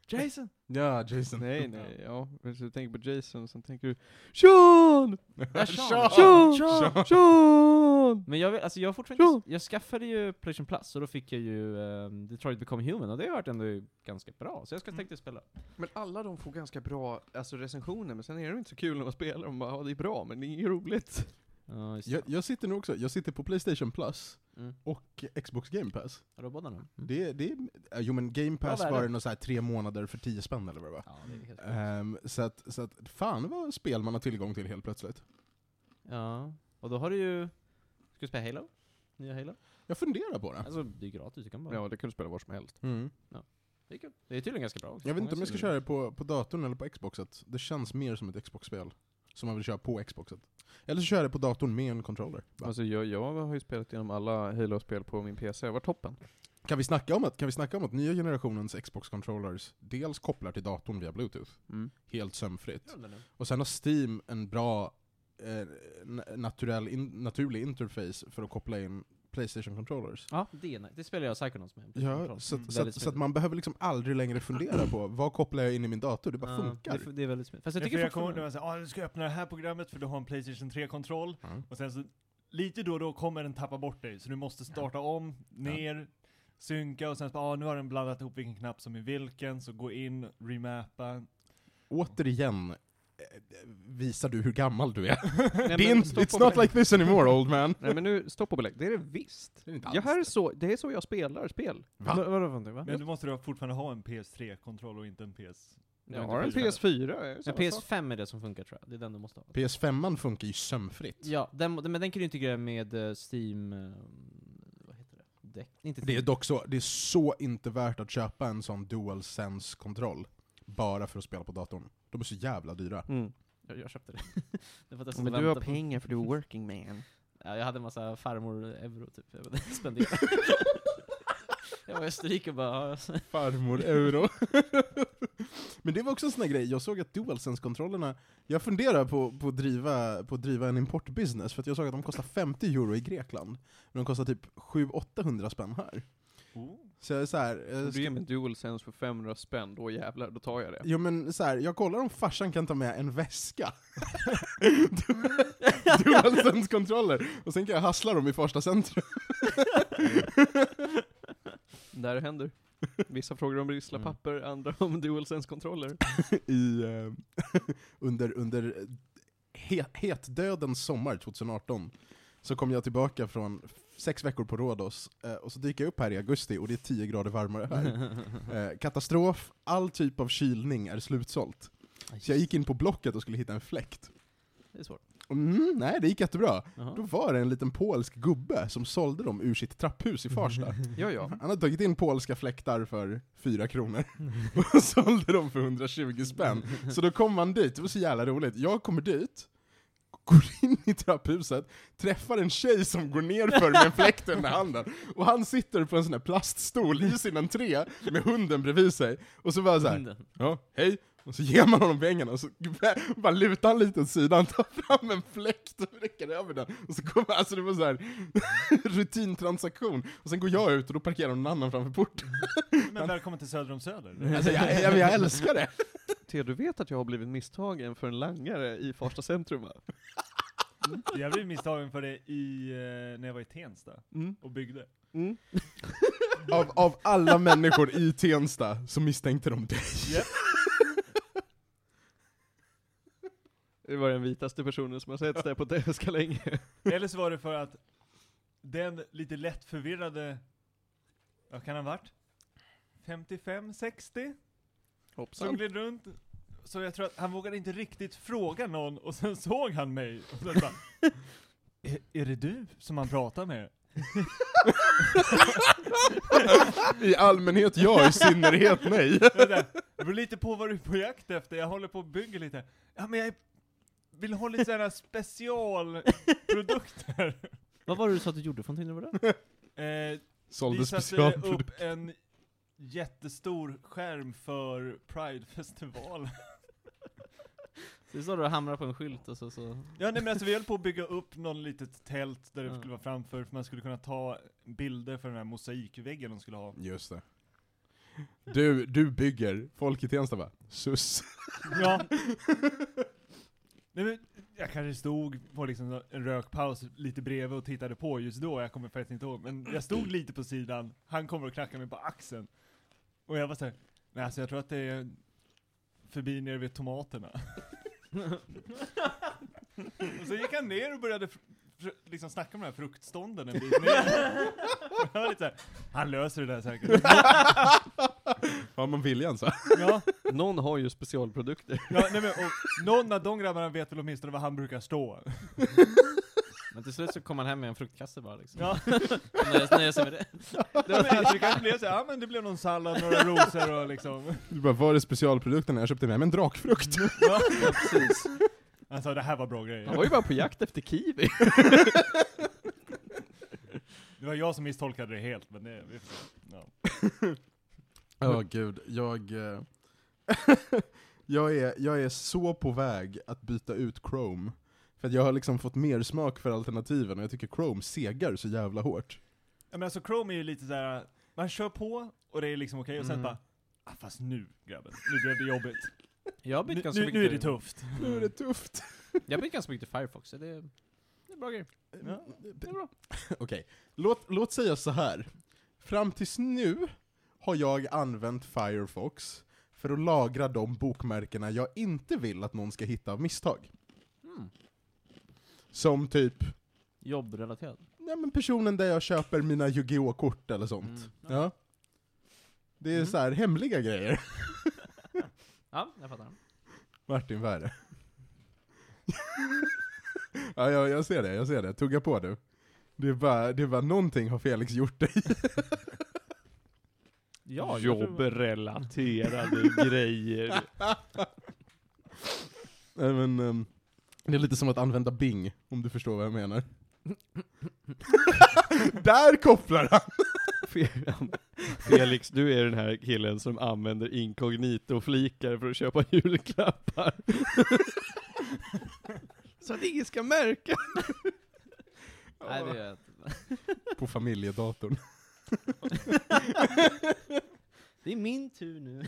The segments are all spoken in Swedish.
Jason! Ja, Jason. Nej, ja. Så du tänker på Jason, sen tänker du Sean! Sean! Men jag fortfarande jag skaffade ju PlayStation Plus och då fick jag ju Detroit Become Human och det har varit ändå ganska bra. Så jag ska tänkte spela. Men alla de får ganska bra recensioner, men sen är det inte så kul när man spelar. De bara, det är bra, men det är inget roligt. Ja, Jag sitter nu också, jag sitter på PlayStation Plus och Xbox Game Pass. Har du båda nu? Jo men Game Pass Ja, var det något så här 3 månader för 10 spänn eller vad det var. Ja, det är helt Så att fan vad spel man har tillgång till helt plötsligt. Ja, och då har du ju... Ska du spela Halo? Nya Halo? Jag funderar på det. Alltså, det är gratis, du kan bara... Ja, det kan du spela var som helst. Det är kul. Det är tydligen ganska bra också. Jag vet inte om jag ska köra det på datorn eller på Xboxet. Det känns mer som ett Xbox-spel som man vill köra på Xboxet. Eller så kör jag det på datorn med en controller. Alltså jag har ju spelat igenom alla Halo-spel på min PC. Det var toppen. Kan vi snacka om att nya generationens Xbox-controllers dels kopplar till datorn via Bluetooth. Helt sömfritt. Och sen har Steam en bra naturlig interface för att koppla in PlayStation controllers. Ja, det spelar jag Psychonauts med. Ja, så att man behöver liksom aldrig längre fundera på vad kopplar jag in i min dator. Det bara funkar. Det är väldigt smidigt. Fast jag tycker tycker du ska öppna det här programmet för du har en PlayStation 3-kontroll. Och sen så lite då kommer den tappa bort dig. Så du måste starta om, ner, synka och sen så nu har den blandat ihop vilken knapp som är vilken. Så gå in, remappa. Återigen visar du hur gammal du är. Nej, It's not like this anymore, old man. Nej, men nu, stopp och belägg. Det är det visst. Det är inte Det är så jag spelar spel. Va? Vadå för någonting, va? Men du måste fortfarande ha en PS3-kontroll och inte en PS... Jag har en PS4. Men PS5 är det som funkar, tror jag. Det är den du måste ha. PS5 funkar ju sömfritt. Ja, men den kan du integrera med Steam... vad heter det? Det är dock så, det är så inte värt att köpa en sån DualSense-kontroll bara för att spela på datorn. De är så jävla dyra. Jag köpte det. Men du har pengar för du är working man. Ja, jag hade en massa farmor-euro typ. Jag spenderade. Jag var i Österrike och bara... Farmor-euro. Men det var också en sån här grej. Jag såg att DualSense-kontrollerna... Jag funderar på att driva en importbusiness för att jag såg att de kostar 50 euro i Grekland. Men de kostar typ 700-800 spänn här. Så jag är så här, du ger mig DualSense för 500 spänn, då jävlar, då tar jag det. Jo men så här, jag kollar om farsan kan ta med en väska. DualSense-kontroller. Och sen kan jag hassla dem i första centrum. Där händer. Vissa frågor om risslapapper, andra om DualSense-kontroller. Under hetdödens sommar 2018 så kom jag tillbaka från 6 veckor på Rhodos och så dyker jag upp här i augusti och det är 10 grader varmare här. Katastrof, all typ av kylning är slutsålt. Så jag gick in på Blocket och skulle hitta en fläkt. Det är svårt. Nej, det gick jättebra. Då var det en liten polsk gubbe som sålde dem ur sitt trapphus i Farsta. Ja. Han hade tagit in polska fläktar för 4 kronor och sålde dem för 120 spänn. Så då kom man dit, det var så jävla roligt. Jag kommer dit, går in i trapphuset, träffar en tjej som går ner för med fläkten med handen. Och han sitter på en sån här plaststol i sin entré med hunden bredvid sig. Och så bara så här, ja, hej. Och så ger man honom pengarna och så bara lutar han lite åt sidan, tar fram en fläkt och räcker över den. Och så kommer, alltså det var så här rutintransaktion. Och sen går jag ut och då parkerar någon annan framför porten. Men välkommen till Söder om Söder. Alltså jag älskar det. Du vet att jag har blivit misstagen för en langare i Farsta centrum? Jag blev misstagen för det när jag var i Tensta och byggde. Av alla människor i Tensta så misstänkte de dig. Yep. Det var den vitaste personen som har sett det på ganska länge. Eller så var det för att den lite lätt förvirrade, vad kan han ha varit? 55-60? Hoppsan. Som gled runt. Så jag tror att han vågade inte riktigt fråga någon och sen såg han mig. Och sen bara, är det du som han pratar med? I allmänhet ja, i synnerhet nej. Det beror lite på vad du är på jakt efter. Jag håller på att bygga lite. Ja, men jag vill ha lite sådana specialprodukter. Vad var det du sa att du gjorde för någonting? Sålde vi satte specialprodukter. upp en jättestor skärm för Pride-festival. Det är så du hamrar på en skylt och så. Ja, nej, men alltså vi höll på att bygga upp någon litet tält där det skulle vara framför, för man skulle kunna ta bilder för den här mosaikväggen de skulle ha. Just det. Du bygger, folk i Tensta bara, sus. Ja. Nej, men jag kanske stod på liksom en rökpaus lite bredvid och tittade på just då, jag kommer faktiskt inte ihåg. Men jag stod lite på sidan, han kommer och knackade mig på axeln. Och jag var såhär, nej alltså jag tror att det är förbi nere vid tomaterna. Och så gick han ner och började liksom snacka med den här fruktstånden en bit ner. Jag var lite såhär, han löser det där säkert. Har man viljan så. Ja, Någon har ju specialprodukter. ja nej, men, och någon av de grabbarna vet väl åtminstone var han brukar stå. Men till slut så kom han hem med en fruktkasse bara liksom. Ja. Nöjer sig med det. Det kanske blev så här, ja men det blev någon sallad, några rosor och liksom. Du bara, var är specialprodukterna? Jag köpte med mig en drakfrukt. Ja. Ja, precis. Alltså det här var bra grejer. Han var ju bara på jakt efter kiwi. Det var jag som misstolkade det helt, men det, vi får se. Ja. Ja, gud. Jag är så på väg att byta ut Chrome. För att jag har liksom fått mer smak för alternativen och jag tycker Chrome segar så jävla hårt. Ja, men alltså Chrome är ju lite såhär, man kör på och det är liksom okej, och sen bara, fast nu grabben, nu blev det jobbigt. Jag har bytt ganska mycket. Nu är det tufft. Nu är det tufft. Jag har bytt ganska mycket till Firefox, så det är bra grej. Ja. Det är bra. Okej, låt säga så här. Fram tills nu har jag använt Firefox för att lagra de bokmärkena jag inte vill att någon ska hitta av misstag. Som typ Jobbrelaterat. ja, men personen där jag köper mina Yu-Gi-Oh-kort eller sånt. Ja. Det är så här hemliga grejer. Ja, jag fattar. Martin, vad är det? Ja, jag ser det. Tugga på du. Det är bara någonting har Felix gjort dig. Ja, Jobbrelaterade grejer. Nej, men det är lite som att använda Bing, om du förstår vad jag menar. Där kopplar han! Felix, du är den här killen som använder inkognito-flikar för att köpa julklappar. Så att ingen ska märka. Nej, det är På familjedatorn. det är min tur nu.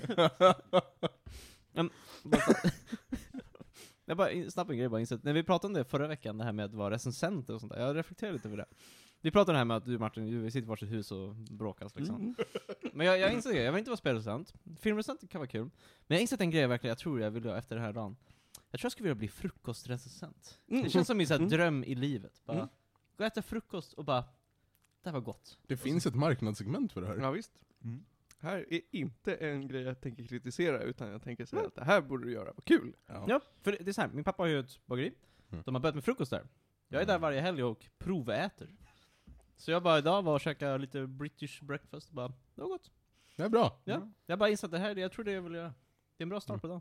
Jag bara snabbt en grej bara insett. När vi pratade om det förra veckan, det här med att vara recensent och sånt där. Jag reflekterar lite över det. Vi pratade om det här med att du Martin, du sitter i varsitt hus och bråkas liksom. Men jag insåg det, jag vill inte vara spelrecensent. Filmrecensent kan vara kul. Men jag insett en grej verkligen, jag tror jag vill göra efter den här dagen. Jag tror jag skulle vilja bli frukostrecensent. Det känns som min så här dröm i livet. Bara gå och äta frukost och bara, det här var gott. Det finns ett marknadssegment för det här. Ja, visst. Här är inte en grej jag tänker kritisera, utan jag tänker säga att det här borde du göra, vad kul. Ja, för det är så här, min pappa har ju ett bageri. De har börjat med frukost där. Jag är där varje helg och proväter. Så jag bara idag var och käkade lite British breakfast och bara, det var gott. Det är bra. Ja, jag bara insåg att det här, jag tror det jag vill göra. Det är en bra start på dagen.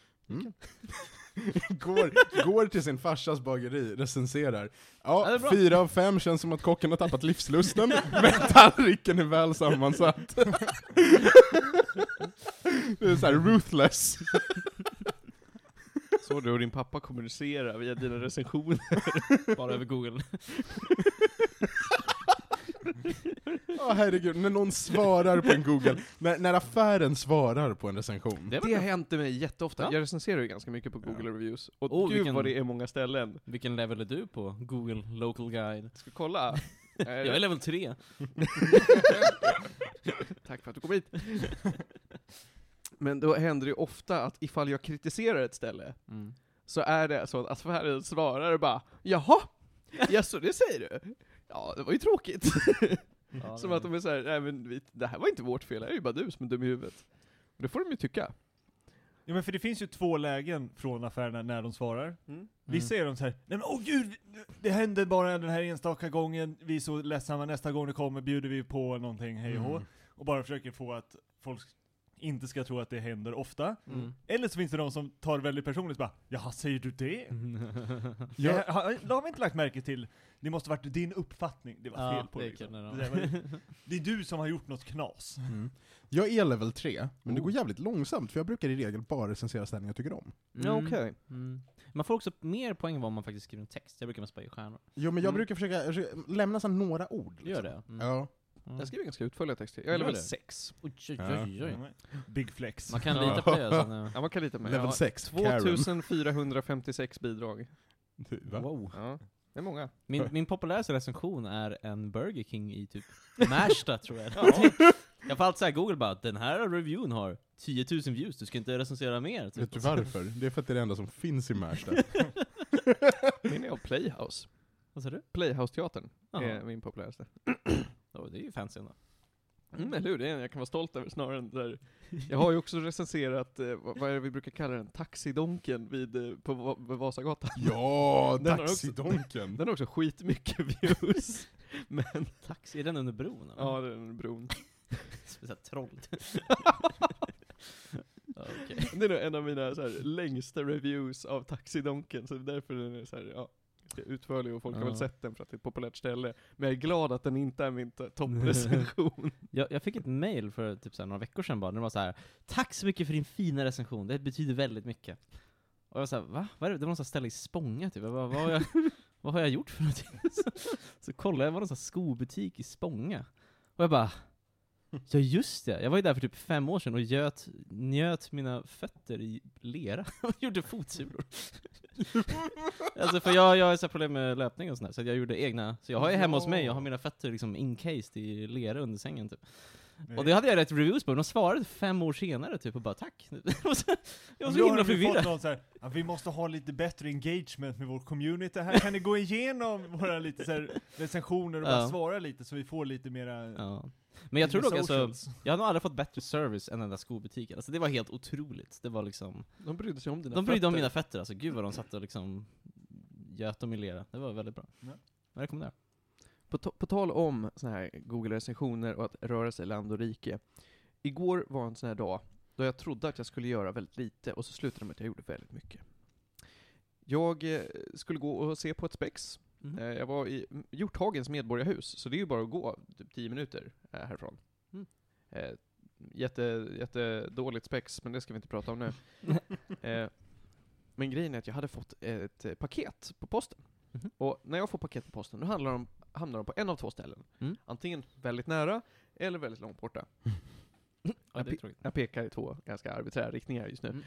Går till sin farsas bageri, recenserar. Ja, det är Ja, bra. 4 av 5 känns som att kocken har tappat livslusten, men tallriken är väl sammansatt. Det är så här ruthless. Så du och din pappa kommunicerar via dina recensioner. Bara över Google. Herregud, när någon svarar på en Google, när affären svarar på en recension. Det var Det har hänt mig jätteofta. Ja. Jag recenserar ju ganska mycket på Google Reviews. Och Oh, gud vilken- vad det är många ställen. Vilken level är du på Google Local Guide? Ska vi kolla? Jag är level 3. Tack för att du kom hit. Men då händer det ju ofta att ifall jag kritiserar ett ställe, så är det så att affären svarar bara, jaha, jaså det säger du? Ja, det var ju tråkigt. Ja, Som att de är såhär, nej men det här var inte vårt fel, det är ju bara du som är dum i huvudet. Och det får de ju tycka. Ja, men för det finns ju 2 lägen från affärerna när de svarar. Vissa är de så här, nej men åh gud, det hände bara den här enstaka gången, vi är så ledsamma, nästa gång det kommer bjuder vi på någonting, hej och hå. Och bara försöker få att folk inte ska tro att det händer ofta. Eller så finns det de som tar väldigt personligt bara, jaha, säger du det? Jag har inte lagt märke till, det måste varit din uppfattning, det var fel på det. liksom. Kan Det är du som har gjort något knas. Jag är level 3, men det går jävligt långsamt, för jag brukar i regel bara recensera ställningar jag tycker om. Ja, okej. Man får också mer poäng än vad man faktiskt skriver en text. Jag brukar mest bara ge stjärnor. Jo, men jag brukar försöka lämna så några ord. Gör Liksom. det? Ja. Jag skriver ganska utförliga texter. Jag är Gör level det? 6. Oj. Big flex. Man kan lita på det. Alltså. Ja, man kan lita med. Level 6, Karen. 2456 bidrag. Va? Wow. Ja, det är många. Min populäraste recension är en Burger King i typ Märsta, tror jag. Jag får alltid säga Google bara, den här reviewen har 10 000 views, du ska inte recensera mer. Typ. Vet du varför? Det är för att det är det enda som finns i Märsta. Min är av Playhouse. Vad sa du? Playhouse-teatern Jaha. är min populäraste. Det är ju fancy ändå. Eller hur? Det är en jag kan vara stolt över snarare än där. Jag har ju också recenserat, vad är det vi brukar kalla den? Taxidonken på Vasagatan. Ja, Den har taxidonken. Den har också skitmycket views. Men, Taxi, är den under bron? Eller? ja, det är en bron. Speciellt troll. Okay. Det är nog en av mina så här, längsta reviews av Taxidonken, så därför den är så här, ja, utförlig och folk har väl sett den för att det är ett populärt ställe. Men jag är glad att den inte är min topprecension. Jag fick ett mail för typ så här, några veckor sedan bara, det var så här: tack så mycket för din fina recension, det betyder väldigt mycket. Och jag var så här, va? Vad är det? Det var någon sån här ställe i Spånga typ. Vad har jag gjort för någonting? Så kollade jag, var någon sån här skobutik i Spånga. Och jag bara, ja just det, jag var ju där för typ 5 år sedan och njöt mina fötter i lera och gjorde fotsulor. Alltså för jag har så här problem med löpning och sånt där, så jag gjorde egna. Så jag har ju hemma hos mig, jag har mina fötter liksom encased i lera under sängen typ. Och det hade jag rätt reviews på, de svarade 5 år senare typ och bara tack. Jag var så himla förvirrad. Vi måste ha lite bättre engagement med vår community här. Kan ni gå igenom våra lite så här recensioner och bara svara lite så vi får lite mera... Ja. Men jag tror dock alltså, jag har nog aldrig fått bättre service än den där skobutiken. Alltså det var helt otroligt. Det var liksom, De brydde sig om dina de brydde om mina fötter, alltså gud vad de satt och liksom göt dem i lera. Det var väldigt bra. Ja. Jag rekommenderar. På tal om såna här Google-recensioner och att röra sig land och rike. Igår var en sån här dag då jag trodde att jag skulle göra väldigt lite och så slutade det med att jag gjorde väldigt mycket. Jag skulle gå och se på ett spex. Jag var i Hjorthagens medborgarhus, så det är ju bara att gå typ 10 minuter härifrån. Jättedåligt spex, men det ska vi inte prata om nu. Men grejen är att jag hade fått ett paket på posten. Och när jag får paket på posten, då hamnar de på en av 2 ställen. Antingen väldigt nära eller väldigt långt borta. Ja, Jag pekar i 2 ganska arbiträra riktningar just nu.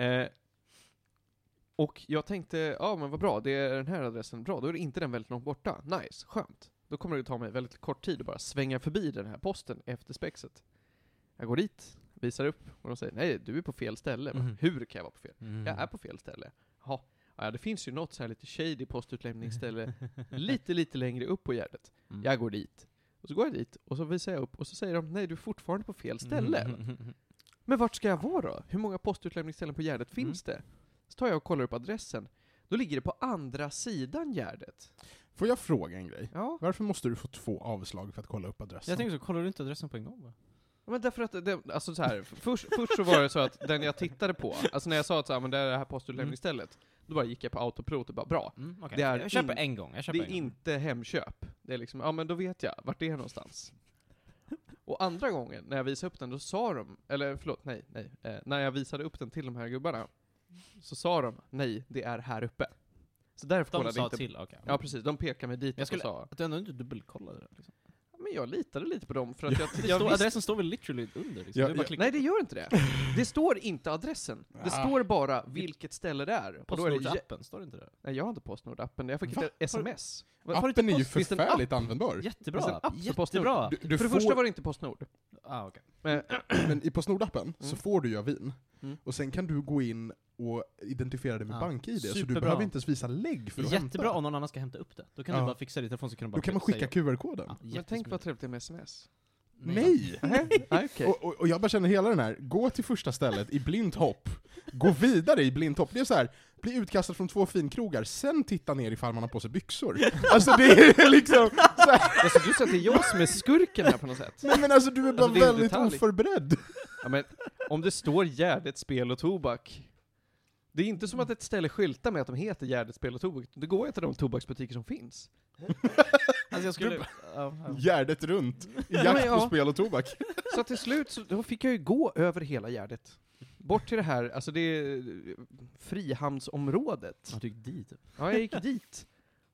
Och jag tänkte, ja men vad bra, det är den här adressen, bra, då är det inte den väldigt långt borta. Nice, skönt. Då kommer det ta mig väldigt kort tid att bara svänga förbi den här posten efter spexet. Jag går dit, visar upp, och de säger, nej du är på fel ställe. Hur kan jag vara på fel? Jag är på fel ställe. Jaha. Ja, det finns ju något så här lite shady postutlämningsställe lite längre upp på Gärdet. Jag går dit. Och så går jag dit, och så visar jag upp, och så säger de, nej du är fortfarande på fel ställe. Men vart ska jag vara då? Hur många postutlämningsställen på Gärdet finns det? Så tar jag och kollar upp adressen. Då ligger det på andra sidan Gärdet. Får jag fråga en grej? Ja. Varför måste du få 2 avslag för att kolla upp adressen? Jag tänkte så, kollar du inte adressen på en gång va? Men därför att, alltså så här, först så var det så att den jag tittade på, alltså när jag sa att så här, men det är det här postutlämningsstället, då bara gick jag på autopilot och bara, bra. Okay. Det är jag köper en gång. Det är inte Hemköp. Det är liksom, ja men då vet jag vart det är någonstans. Och andra gången, när jag visade upp den, då sa de, eller förlåt, nej, när jag visade upp den till de här gubbarna, så sa de, nej, det är här uppe. Så därför de kollade sa inte... till, okej. Ja precis, de pekade mig dit och sa... Att du ändå inte dubbelkollade det liksom. Men jag litade lite på dem, för att adressen står väl literally under liksom. Nej, det gör inte det. Det står inte adressen. Det står bara vilket ställe det är. Postnord-appen, står det inte det? Nej, jag har inte Postnord-appen. Jag fick ett sms. Appen är ju förfärligt användbar. Jättebra. Jättebra. För det första var det inte Postnord. Okay. Men i Postnord-appen så får du ju Avin. Och sen kan du gå in och identifiera det med BankID. Så du behöver inte ens visa lägg för att hämta. Jättebra om någon annan ska hämta upp det. Då kan du bara fixa det i telefon, så kan du bara... Då kan man skicka QR-koden. Men tänk vad trevligt det är med sms. Nej! Okay. Och jag bara känner hela den här, gå till första stället i blint hopp, gå vidare i blint hopp. Det är så här, bli utkastad från 2 finkrogar, sen titta ner ifall man har på sig byxor. Alltså det är liksom så här. Alltså du säger att det är jag som är skurken här på något sätt. Nej men alltså du är bara väldigt oförberedd. Ja, men om det står Gärdet spel och tobak, det är inte som att ett ställe skyltar med att de heter Gärdet spel och tobak. Det går inte de tobaksbutiker som finns. Alltså jag skulle... Gärdet runt, i jakt på spel och tobak. Så till slut så då fick jag ju gå över hela Gärdet. Bort till det här, alltså det är Frihamnsområdet. Jag gick dit. Ja, jag gick dit.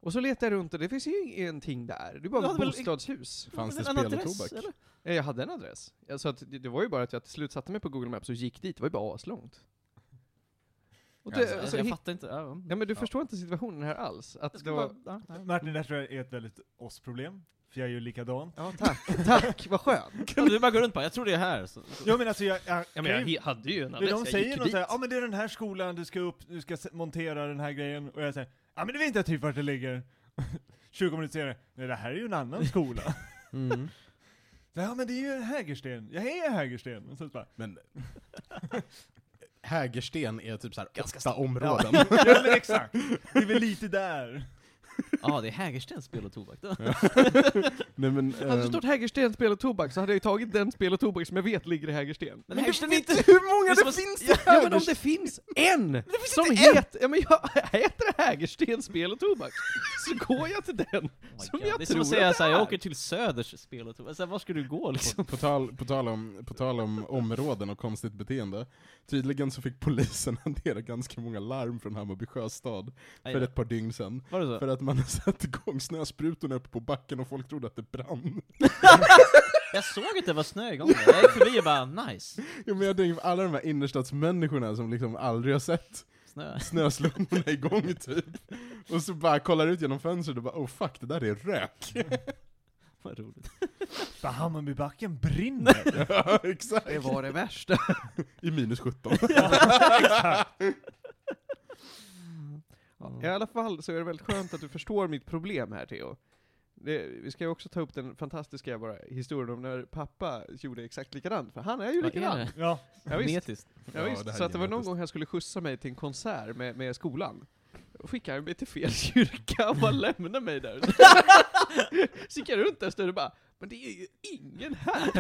Och så letar jag runt och det finns ju ingenting där. Det är Du bara hade väl- bostadshus. Fanns det En spel och adress, tobak? eller? Jag hade en adress. Så att det var ju bara att jag till slut satte mig på Google Maps och gick dit. Det var ju bara aslångt. Och det, Alltså, alltså, jag fattar inte. Ja. ja men du förstår inte situationen här alls. Att Jag ska det var... bara, ja. Martin, det här tror jag är ett väldigt oss-problem. För jag är ju likadan. Ja, tack, vad skönt. Ja, du bara går runt på, jag tror det är här. Så. Ja men alltså Ja, men jag hade ju en men adress, de jag säger gick något dit. såhär, ja men det är den här skolan, du ska montera den här grejen. Och jag säger, ja men det vet inte jag typ vart det ligger. 20 minuter senare, nej det här är ju en annan skola. Mm. Ja men det är ju Hägersten, jag är Hägersten. Och så bara, Men Hägersten är typ såhär Ganska 8 områden. ja men exakt, det är väl lite där. Ja, det är Hägerstens spel och tobak då. Nej, men, Hade det stått Hägersten spel och tobak så hade jag ju tagit den spel och tobak som jag vet ligger i Hägersten. Men Hägersten är inte... hur många det det som- finns Ja, det Ja men om det finns en som heter, ja men jag heter Hägersten spel och tobak, så går jag till den. Som jag det är som tror att säga att det såhär, jag är. åker till Söders spel och tobak. Alltså, var ska du gå liksom? På tal om områden och konstigt beteende. Tydligen så fick polisen hantera ganska många larm från Hammarby sjöstad för ett par dygn sedan. Var det så? För att man satt igång snösprutorna uppe på backen och folk trodde att det brann. Jag såg att det var snö igång. Jag gick förbi och bara, nice. Ja, men jag tänker på alla de här innerstadsmänniskorna som liksom aldrig har sett Snö. snöslungorna igång typ. Och så bara kollar ut genom fönstret och bara, oh fuck, det där är rök. Vad roligt. Bara Hammarbybacken brinner. Ja, exakt. Det var det värsta. I minus 17. I alla fall så är det väldigt skönt att du förstår mitt problem här, Theo. Vi ska ju också ta upp den fantastiska historien om när pappa gjorde exakt likadant, för han är ju Vad är likadan. det? Ja, Ja, visst. Metiskt. Ja, Ja, visst. det här Så att det var är någon genetiskt. gång han skulle skjutsa mig till en konsert med skolan. Då skickade han mig till fel kyrka och bara lämnade mig där. Så gick jag runt där och stod och bara, men det är ju ingen här.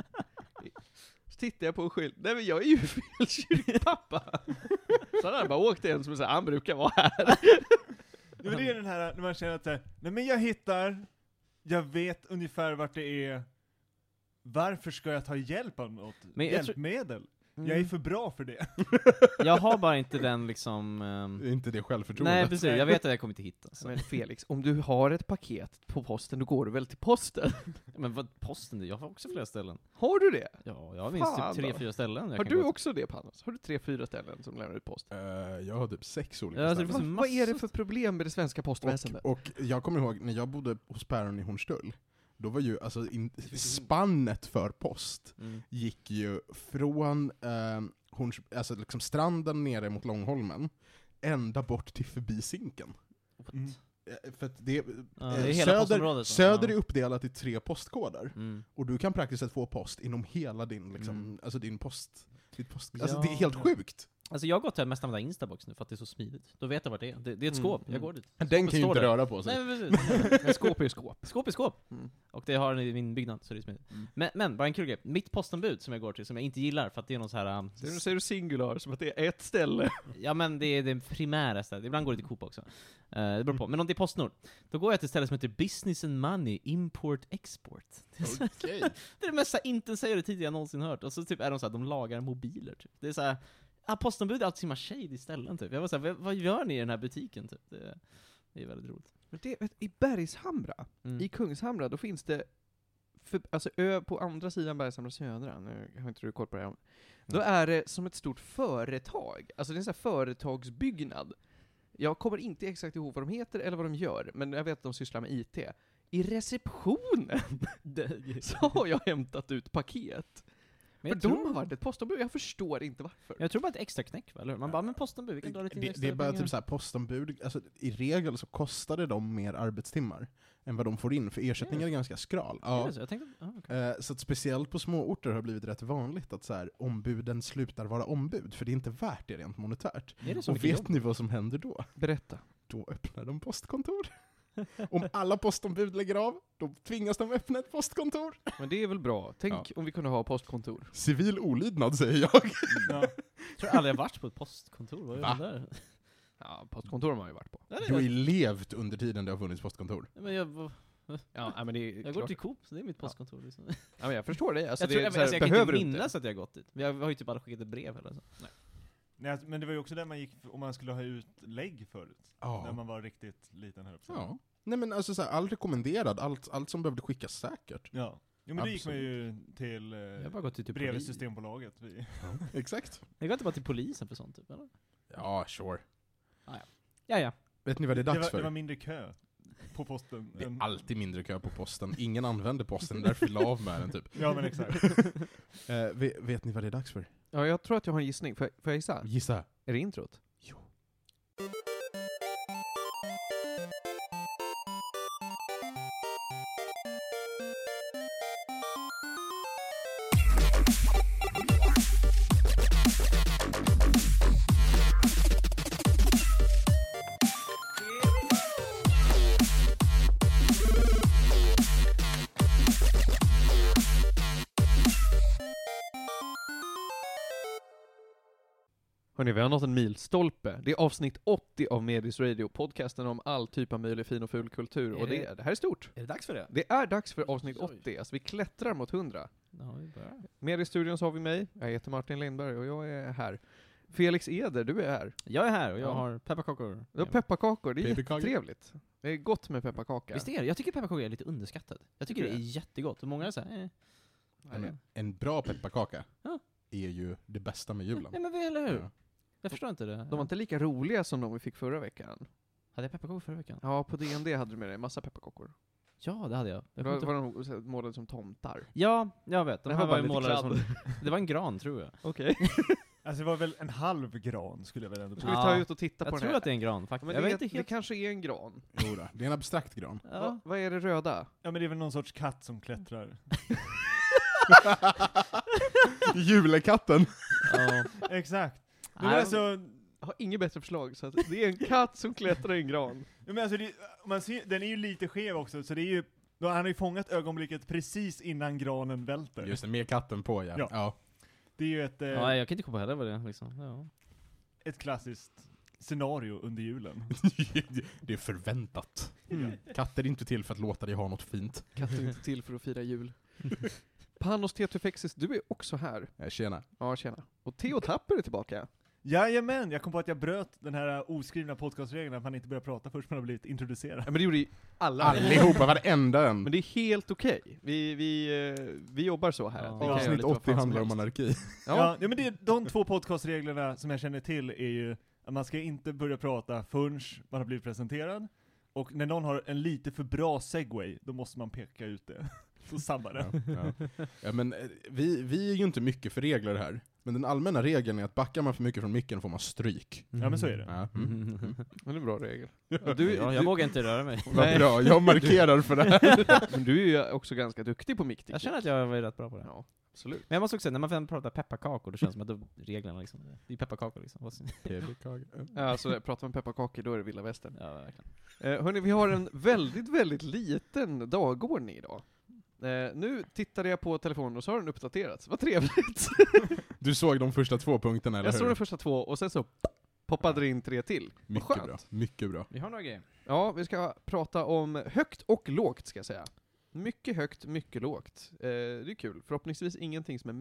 Så tittade jag på en skylt, nej men jag är ju fel kyrka, pappa. Så hade han bara åkt en som sa, han brukar vara här. det är den här när man känner att nej men jag hittar, jag vet ungefär vart det är. Varför ska jag ta hjälp av något Men jag tror- hjälpmedel? Jag är för bra för det. Jag har bara inte den liksom... Det är inte det självförtroendet. Nej precis, jag vet att jag kommer inte hitta. Så. Men Felix, om du har ett paket på posten, då går du väl till posten? Men vad, posten, jag har också flera ställen. Har du det? Ja, jag har minst Fan typ då. 3-4 ställen. Jag Har kan du gå också det, Panos? Har du 3-4 ställen som lämnar ut post? Jag har typ 6 olika Ja, alltså, det ställen. finns Vad är det massor. för problem med det svenska postväsendet? Och jag kommer ihåg, när jag bodde hos Päron i Hornstull, då var ju alltså spannet för post Mm. gick ju från alltså liksom stranden nere mot Långholmen ända bort till förbi Zinken. Mm. För att det, Ja, det är hela postområdet. söder Ja. är uppdelat i 3 postkoder. Mm. Och du kan praktiskt sett få post inom hela din, liksom, alltså din post. Alltså Ja. det är helt sjukt. Alltså jag har gått till att mest använda Instabox nu för att det är så smidigt. Då vet jag vart det är. Det är ett skåp, jag går dit. Den Skåpet kan ju står inte där. röra på sig. Nej men precis. Men skåp är ju skåp. Skåp är skåp. Mm. Och det har den i min byggnad, så det är smidigt. Men bara en kul grej. Mitt postombud som jag går till, som jag inte gillar för att det är någon så här... Säger du singular, som att det är ett ställe? Ja men det är det primära stället. Ibland går det till Coop också. Det beror på. Men om det är Postnord, då går jag till ett ställe som heter Business and Money Import Export. Det är, så, Okej. det är det mest så här intensiva tidigare jag någonsin hört. Och så typ är de så här, de lagar mobiler typ. Det är så här, postombud är alltid simma shade i ställen typ. Jag var så här, vad gör ni i den här butiken typ? Det är väldigt roligt. Men i Bergshamra, Mm. i Kungshamra, då finns det, alltså på andra sidan Bergshamra södra, nu har inte du koll på det här, då är det som ett stort företag, alltså det är en sån här företagsbyggnad. Jag kommer inte exakt ihåg vad de heter eller vad de gör, men jag vet att de sysslar med IT. I receptionen så har jag hämtat ut paket. Men För jag, de har varit ett postombud, jag förstår inte varför. jag tror bara ett extra knäck, eller hur? Man bara, men postombud, vi kan dra lite Det extra är bara pengar. typ såhär, postombud, alltså i regel så kostade de mer arbetstimmar än vad de får in, för ersättningen är ganska skral. Ja. Ja. Så jag tänkte, okay. Så att speciellt på små orter har det blivit rätt vanligt att så här, ombuden slutar vara ombud, för det är inte värt det rent monetärt. Är det så Och mycket vet jobb? ni vad som händer då? Berätta. Då öppnar de postkontor. Om alla postombud lägger av, då tvingas de öppna ett postkontor. Men det är väl bra. Tänk Ja. om vi kunde ha postkontor. Civil olydnad, säger jag. Ja. Jag tror aldrig jag varit på ett postkontor, vad Va? är det där? Ja, postkontor har man ju varit på. Ja, det är Du har det. ju levt under tiden det har funnits postkontor. Men Ja, men det är jag går till Coop, så det är mitt postkontor liksom. Ja, men jag förstår dig. Alltså, Jag, tror, det är jag, så här, alltså, jag kan behöver inte du minnas att jag har gått dit. Men jag har ju typ bara skickat ett brev eller så. Nej, men det var ju också där man gick om man skulle ha ut lägg förut. När man var riktigt liten här uppe. Ja. Nej men alltså så här, all rekommenderad, allt som behövde skickas säkert. Ja. Jo men då gick man ju till Jag har bara gått till typ bredvid polis. Systembolaget. Exakt. Jag går inte bara till polisen för sånt typ, eller? Ja, sure. Ja. Vet ni vad det är dags för? Det var mindre kö på posten. Det är alltid mindre kö på posten. Ingen använder posten, därför la av med den typ. Ja men exakt. Vet ni vad det är dags för? Ja, jag tror att jag har en gissning. Får jag gissa? Gissa. Är det introt? Jo. Hörrni, vi har nått en milstolpe. Det är avsnitt 80 av Medis Radio, podcasten om all typ av möjlig fin och ful kultur. Och det här är stort. Är det dags för det? Det är dags för avsnitt 80. Alltså vi klättrar mot 100. Ja, vi börjar. Med i studion så har vi mig. Jag heter Martin Lindberg och jag är här. Felix Eder, du är här. Jag är här och jag Ja. har pepparkakor. Du har pepparkakor, det är Pepparkakor. trevligt. Det är gott med pepparkaka. Visst är det? Jag tycker pepparkakor är lite underskattad. Jag tycker det Tycker är du jättegott. Och många är såhär, En bra pepparkaka Ja. är ju det bästa med julen. nej men eller hur? Ja. Jag förstår inte det. De var inte lika roliga som de vi fick förra veckan. Hade jag pepparkakor förra veckan? Ja, på DND hade du med dig massa pepparkakor. Ja, det hade jag. Det Jag kommer var inte- de målade som tomtar. Ja, jag vet. De Det här var var ju bara lite målade kladd. som... Det var en gran, tror jag. Okej. Alltså det var väl en halv gran skulle jag väl ändå Ska tro. vi ta ut och titta på Jag den tror här? att det är en gran, faktiskt. Men Jag det, vet inte det helt... kanske är en gran. Jodå, det är en abstrakt gran. Ja. Vad är det röda? Ja men det är väl någon sorts katt som klättrar. Julekatten! Ja. Exakt. Men Nej, alltså, Jag har inget bättre förslag, så att det är en katt som klättrar i en gran. ja, men alltså det, man ser, den är ju lite skev också, så det är ju, då han har ju fångat ögonblicket precis innan granen välter. Just det, med katten på ja. Ja. Ja. Det är ju ett, Ja, jag kan inte komma på heller vad det är, liksom. Ja. ett klassiskt scenario under julen. Det är förväntat. Mm. Katter är inte till för att låta dig ha något fint. Katten är inte till för att fira jul. Panos Tetufexis, du är också här. Tjena. Ja, tjena. Och Theo Tapper är tillbaka. Jajamän, jag kom på att jag bröt den här oskrivna podcastregeln att man inte börjar prata först man har blivit introducerad. Ja, men det gjorde ju alla. Allihopa, varenda en. Men det är helt okej. Vi jobbar så här. Ja. att vi kan göra Avsnitt lite vad 80 fan som handlar om helst. monarki. Ja, men det är de två podcastreglerna som jag känner till är ju att man ska inte börja prata förrän man har blivit presenterad. Och när någon har en lite för bra segway, då måste man peka ut det. Så sabbar det. Ja, men vi är ju inte mycket för regler här. Men den allmänna regeln är att backar man för mycket från micken får man stryk. Ja, men så är det. Ja. Mm. Men det är en bra regel. Ja, jag vågar inte röra mig. Vad bra, jag markerar för det här. Men du är ju också ganska duktig på mickteknik. Jag känner att jag var rätt bra på det. Ja, absolut. Men jag måste också säga, när man väl pratar pepparkakor, då känns det som att då reglerna liksom, det är ju pepparkakor liksom. Ja, alltså pratar man pepparkakor, då är det vilda västern. Ja, verkligen. Hörni, vi har en väldigt, väldigt liten dagordning idag. Nu tittade jag på telefonen och så har den uppdaterats. Vad trevligt! Du såg de första 2 punkterna, eller Jag hur? såg de första 2 och sen så poppade det in 3 till. Vad Mycket skönt. bra, mycket bra. Vi har några grejer. Ja, vi ska prata om högt och lågt, ska jag säga. Mycket högt, mycket lågt. Det är kul. Förhoppningsvis ingenting som är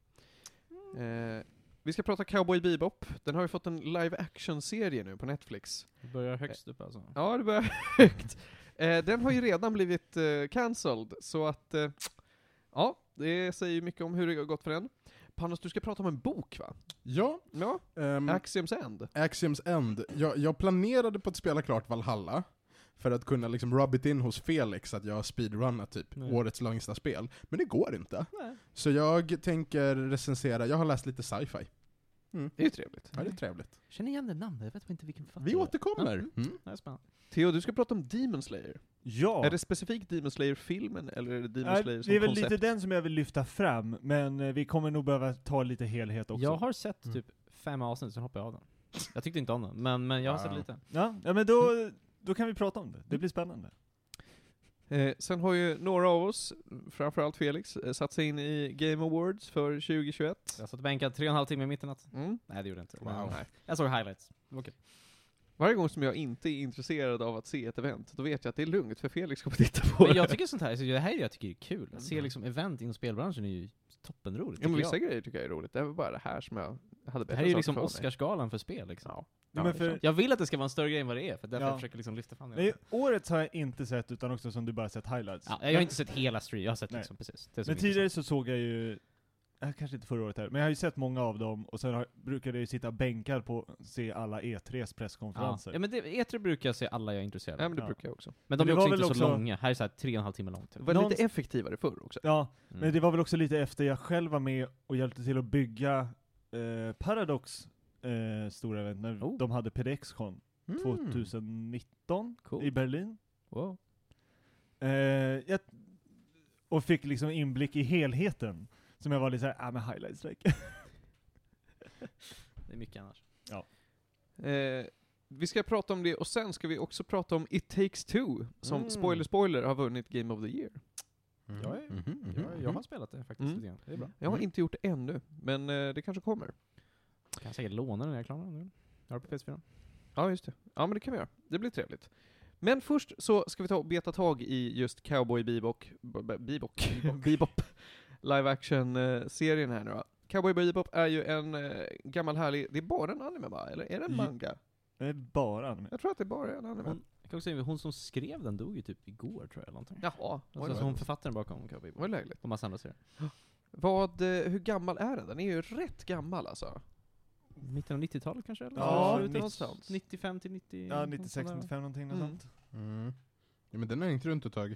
med. Vi ska prata Cowboy Bebop. Den har ju fått en live action-serie nu på Netflix. Vi börjar högst upp alltså. Ja, det börjar högt. Den har ju redan blivit cancelled, så att ja, det säger ju mycket om hur det har gått för den. Panos, du ska prata om en bok, va? Ja, Ja, Axiom's End. Axiom's End. Jag planerade på att spela klart Valhalla för att kunna liksom rub it in hos Felix att jag speedrunnar typ årets längsta spel. Men det går inte. Nej. Så jag tänker recensera, jag har läst lite sci-fi. Det är ju trevligt. Ja, det är trevligt. Känner igen det namnet, jag vet inte vilken författare Vi det är. återkommer. Ja, Mm. det är spännande. Theo, du ska prata om Demon Slayer. Ja, Är det specifikt Demon Slayer-filmen, eller är det Demon Nej, Slayer som det är väl koncept? lite den som jag vill lyfta fram, men vi kommer nog behöva ta lite helhet också. Jag har sett typ 5 avsnitt, sen hoppade jag av den. Jag tyckte inte om den, men jag har sett lite. Ja, men då kan vi prata om det. Det blir spännande. Sen har ju några av oss, framförallt Felix, satt sig in i Game Awards för 2021. Jag satt bänkad 3,5 timmar i mitten natt. Mm. Nej, det gjorde jag inte. Wow. Nej. Jag såg highlights. Det var kul. Varje gång som jag inte är intresserad av att se ett event, då vet jag att det är lugnt, för Felix kommer titta på Men det. jag tycker sånt här, så det här är det jag tycker är kul. Att se liksom event inom spelbranschen är ju toppenroligt. Ja, men tycker vissa jag. grejer tycker jag är roligt. Det var bara det här som jag hade Det bättre här är ju saker liksom för mig. Oscarsgalan för spel liksom. Ja. Ja, men för, Jag vill att det ska vara en större grej än vad det är, för därför Ja. jag försöker liksom lyfta fram det. nej, årets har jag inte sett, utan också som du bara sett highlights. Ja, jag har inte sett hela stream, jag har sett Nej. liksom precis. Det är som Men är tidigare intressant. så såg jag ju, kanske inte förra året här, men jag har ju sett många av dem, och sen brukade jag ju sitta bänkad på att se alla E3s presskonferenser. Ja, men E3 brukar jag se alla jag är intresserad Ja, av. men det Ja. brukar jag också. Men Men de det är var också väl inte så också- långa. Här är såhär 3,5 timmar långt. Det var Någonst- lite effektivare förr också. Ja, Mm. men det var väl också lite efter jag själv var med och hjälpte till att bygga Paradox stora event, när Oh. de hade PDX-con 2019 Cool. i Berlin. Wow. Och fick liksom inblick i helheten, som jag var lite såhär, men highlights like. Det är mycket annars. Vi ska prata om det, och sen ska vi också prata om It Takes Two, som Mm. spoiler har vunnit Game of the Year. Jag har spelat det faktiskt Mm. lite grann. Det är bra. Jag har inte gjort det ännu, men det kanske kommer. Kan jag säkert låna den när jag är klar nu. Jag har på PS4. Ja, just det. Ja, men det kan vi göra. Det blir trevligt. Men först så ska vi ta och beta tag i just Cowboy Bebop live action-serien här nu då. Cowboy Bebop är ju en gammal härlig, det är bara en anime va? Eller är det en manga? Det är bara anime. Jag tror att det är bara en anime. Jag kan också säga, hon som skrev den dog ju typ igår tror jag eller någonting. Jaha, Alltså hon författaren bakom Cowboy vad lägligt. och massa andra serier. Hur gammal är den? Den är ju rätt gammal alltså. Mitten av 90-talet kanske? Eller? Ja, ute 90 någonstans. 95 till 90. Ja, 96, 95 någonting, något Mm. sånt. Ja, men den har hängt runt ett tag.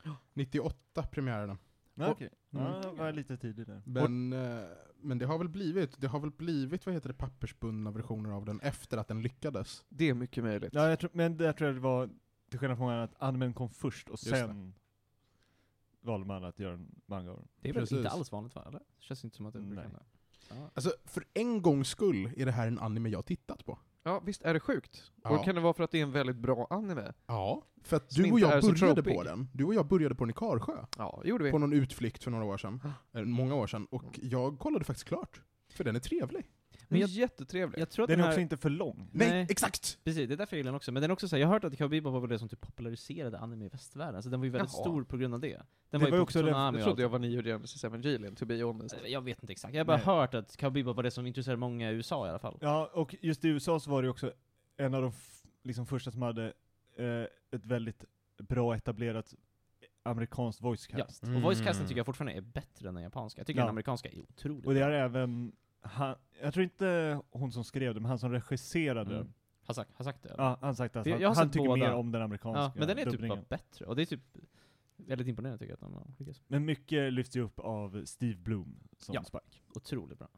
98 premiärerna. Ja, okej. Mm. Ja, det var lite tidigt där. Men det har väl blivit vad heter det, pappersbundna versioner av den efter att den lyckades. Det är mycket möjligt. Ja, men där tror jag det var, till skillnad från många, att animen kom först och Just sen valde man att göra en manga av den. Det är väl Precis. inte alls vanligt va? Eller? Det känns inte som att det brukar Nej. hända. Ja. Alltså, för en gångs skull är det här en anime jag tittat på. Ja, visst är det sjukt. Ja. Och kan det vara för att det är en väldigt bra anime? Ja, för att Som du och inte är jag så började tropig. på den. Du och jag började på den i Karsjö. Ja, det gjorde vi. På någon utflykt för några år sedan. Många år sedan. Och jag kollade faktiskt klart. För den är trevlig. Men jag- jättetrevlig. Jag tror att Den är här... också inte för lång. Nej, exakt! Precis, det är därför jag gillar den också. Men den är också så här, jag har hört att Cowboy Bebop var det som typ populariserade anime i västvärlden. Så den var ju väldigt Jaha. stor på grund av det. Den Det var ju var ju på också Toonami Jag och trodde jag allt. var Neo Genesis Evangelion, to be honest. Jag vet inte exakt. Jag har bara Nej. hört att Cowboy Bebop var det som intresserade många i USA i alla fall. Ja, och just i USA så var det ju också en av de liksom första som hade ett väldigt bra etablerat amerikanskt voicecast. Och voicecasten tycker jag fortfarande är bättre än den japanska. Jag tycker Ja. den amerikanska är otroligt Och det bra. är även, jag tror inte hon som skrev det, men han som regisserade Mm. Har sagt det? eller? Ja, han sagt att Jag har han sett tycker båda. mer om den amerikanska Ja, men den är typ dubbningen. bara bättre. Och det är typ väldigt imponerande tycker jag att de har lyckats. Men mycket lyfts ju upp av Steve Bloom som Ja. Spike. Otroligt bra.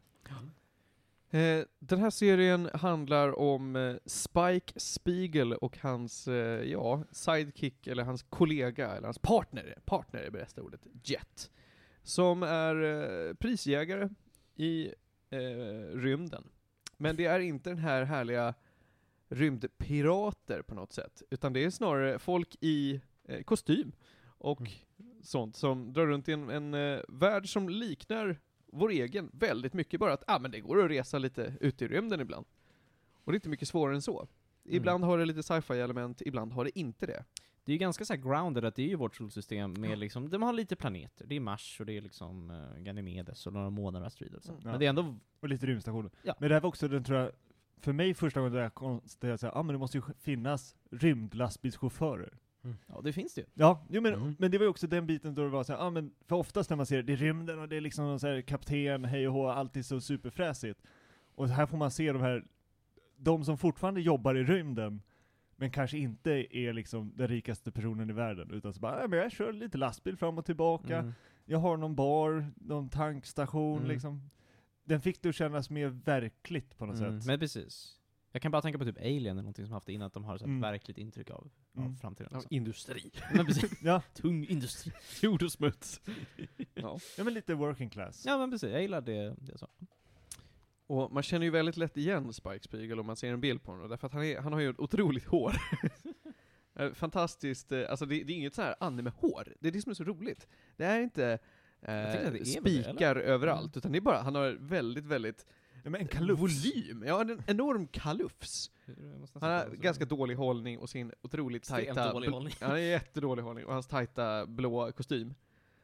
Den här serien handlar om Spike Spiegel och hans sidekick, eller hans kollega, eller hans partner är det bästa ordet, Jet. Som är prisjägare i rymden. Men det är inte den här härliga rymdpirater på något sätt, utan det är snarare folk i kostym och sånt som drar runt i en värld som liknar vår egen väldigt mycket, bara att men det går att resa lite ut i rymden ibland. Och det är inte mycket svårare än så. Ibland har det lite sci-fi element, ibland har det inte det. Det är ju ganska så här grounded att det är ju vårt solsystem med liksom, de har lite planeter. Det är Mars och det är liksom Ganymedes och några månader och så vidare. Mm. Men det är ändå, Och lite rymdstationer. Ja. Men det här var också den, tror jag, för mig första gången där jag konstaterade att men det måste ju finnas rymdlastbilschaufförer. ja det finns det ju. Ja, jo, men, Mm. men det var ju också den biten då det var så här, men för oftast när man ser det är rymden och det är liksom någon så här kapten, hej och hå, alltid så superfräsigt. Och här får man se de som fortfarande jobbar i rymden, men kanske inte är liksom den rikaste personen i världen, utan så bara, men jag kör lite lastbil fram och tillbaka, Mm. jag har någon bar, någon tankstation Mm. liksom. Den fick du kännas mer verkligt på något sätt. Men precis. Jag kan bara tänka på typ Alien eller någonting som haft det innan, att de har så här ett verkligt intryck av Mm. framtiden. Ja, Liksom. industri. Men precis. Ja. Tung industri. Jord och smuts. Ja. Ja, men lite working class. Ja men precis, jag gillar det så. Och man känner ju väldigt lätt igen Spike Spiegel om man ser en bild på honom, därför att han har ju ett otroligt hår. Fantastiskt, alltså det är inget så här anime-hår, det är det som är så roligt. Det är inte tänker att det är spikar väl det, överallt, utan det är bara, han har väldigt, väldigt Ja, men en kalufs. volym, ja en enorm kalufs. Han har ganska dålig hållning och sin otroligt Extremt tajta, dålig hållning. han har jättedålig hållning och hans tajta blå kostym.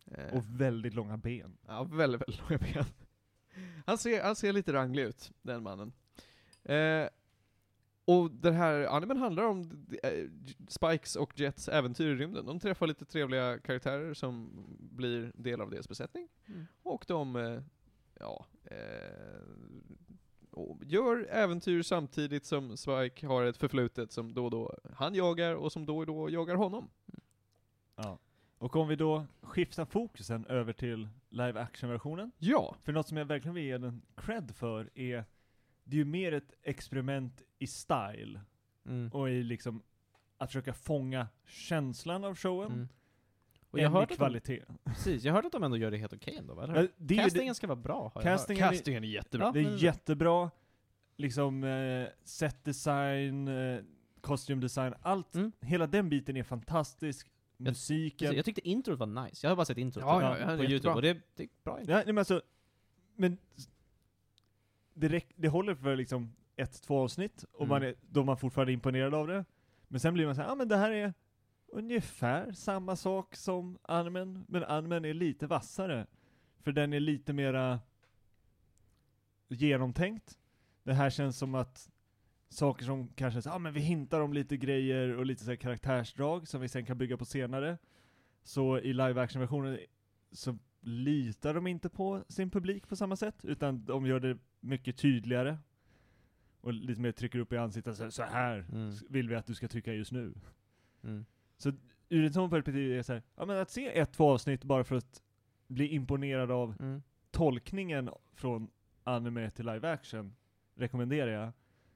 Och väldigt långa ben. Ja, väldigt, väldigt långa ben. Han ser lite ranglig ut, den mannen. Och den här animen handlar om Spikes och Jets äventyr i rymden. De träffar lite trevliga karaktärer som blir del av deras besättning. Och de och gör äventyr samtidigt som Spike har ett förflutet som då och då han jagar och som då och då jagar honom. Ja. Och om vi då skiftar fokusen över till live action-versionen. Ja. För något som jag verkligen vill ge den cred för är, det är ju mer ett experiment i style. Och i liksom att försöka fånga känslan av showen. Och jag än har i kvalitet. Precis, jag hörde att de ändå gör det helt okej ändå, eller? Ja, det är ju Castingen ska vara bra, har jag hört. Castingen är jättebra. Det är jättebra. Liksom set design, costume design, allt. Hela den biten är fantastisk. Musiken. Jag tyckte introt var nice. Jag har bara sett introt Ja, på jättebra. YouTube, och det är bra. Ja, men alltså, men det håller för liksom 1-2 avsnitt, och då man fortfarande är imponerad av det. Men sen blir man så här, men det här är ungefär samma sak som animen, men animen är lite vassare. För den är lite mera genomtänkt. Det här känns som att saker som kanske så, men vi hintar om lite grejer och lite så här karaktärsdrag som vi sen kan bygga på senare. Så i live action versionen så litar de inte på sin publik på samma sätt, utan de gör det mycket tydligare och lite mer trycker upp i ansiktet, så här vill vi att du ska tycka just nu. Så ur ett sånt perspektiv är det så här, men att se 1-2 avsnitt bara för att bli imponerad av tolkningen från anime till live action rekommenderar jag.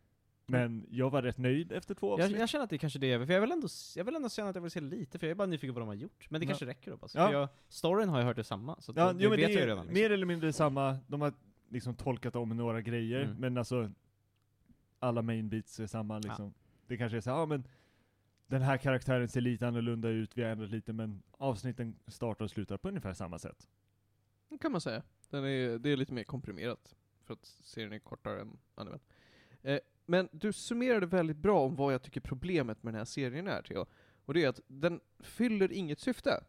Men jag var rätt nöjd efter 2 avsnitt. Jag känner att det är kanske det, för jag vill ändå känna att jag vill se lite, för jag är bara nyfiken på vad de har gjort. Men det kanske räcker upp. Alltså. Ja. Storyn har jag hört det samma, så ja, det vet jag är redan. Liksom. Mer eller mindre samma. De har liksom tolkat om några grejer, men alltså alla main beats är samma liksom. Ja. Det kanske är så här, men den här karaktären ser lite annorlunda ut, vi har ändrat lite, men avsnitten startar och slutar på ungefär samma sätt. Det kan man säga. Det är lite mer komprimerat, för att serien är kortare än animen. Men du summerade väldigt bra om vad jag tycker problemet med den här serien är, Theo. Och det är att den fyller inget syfte.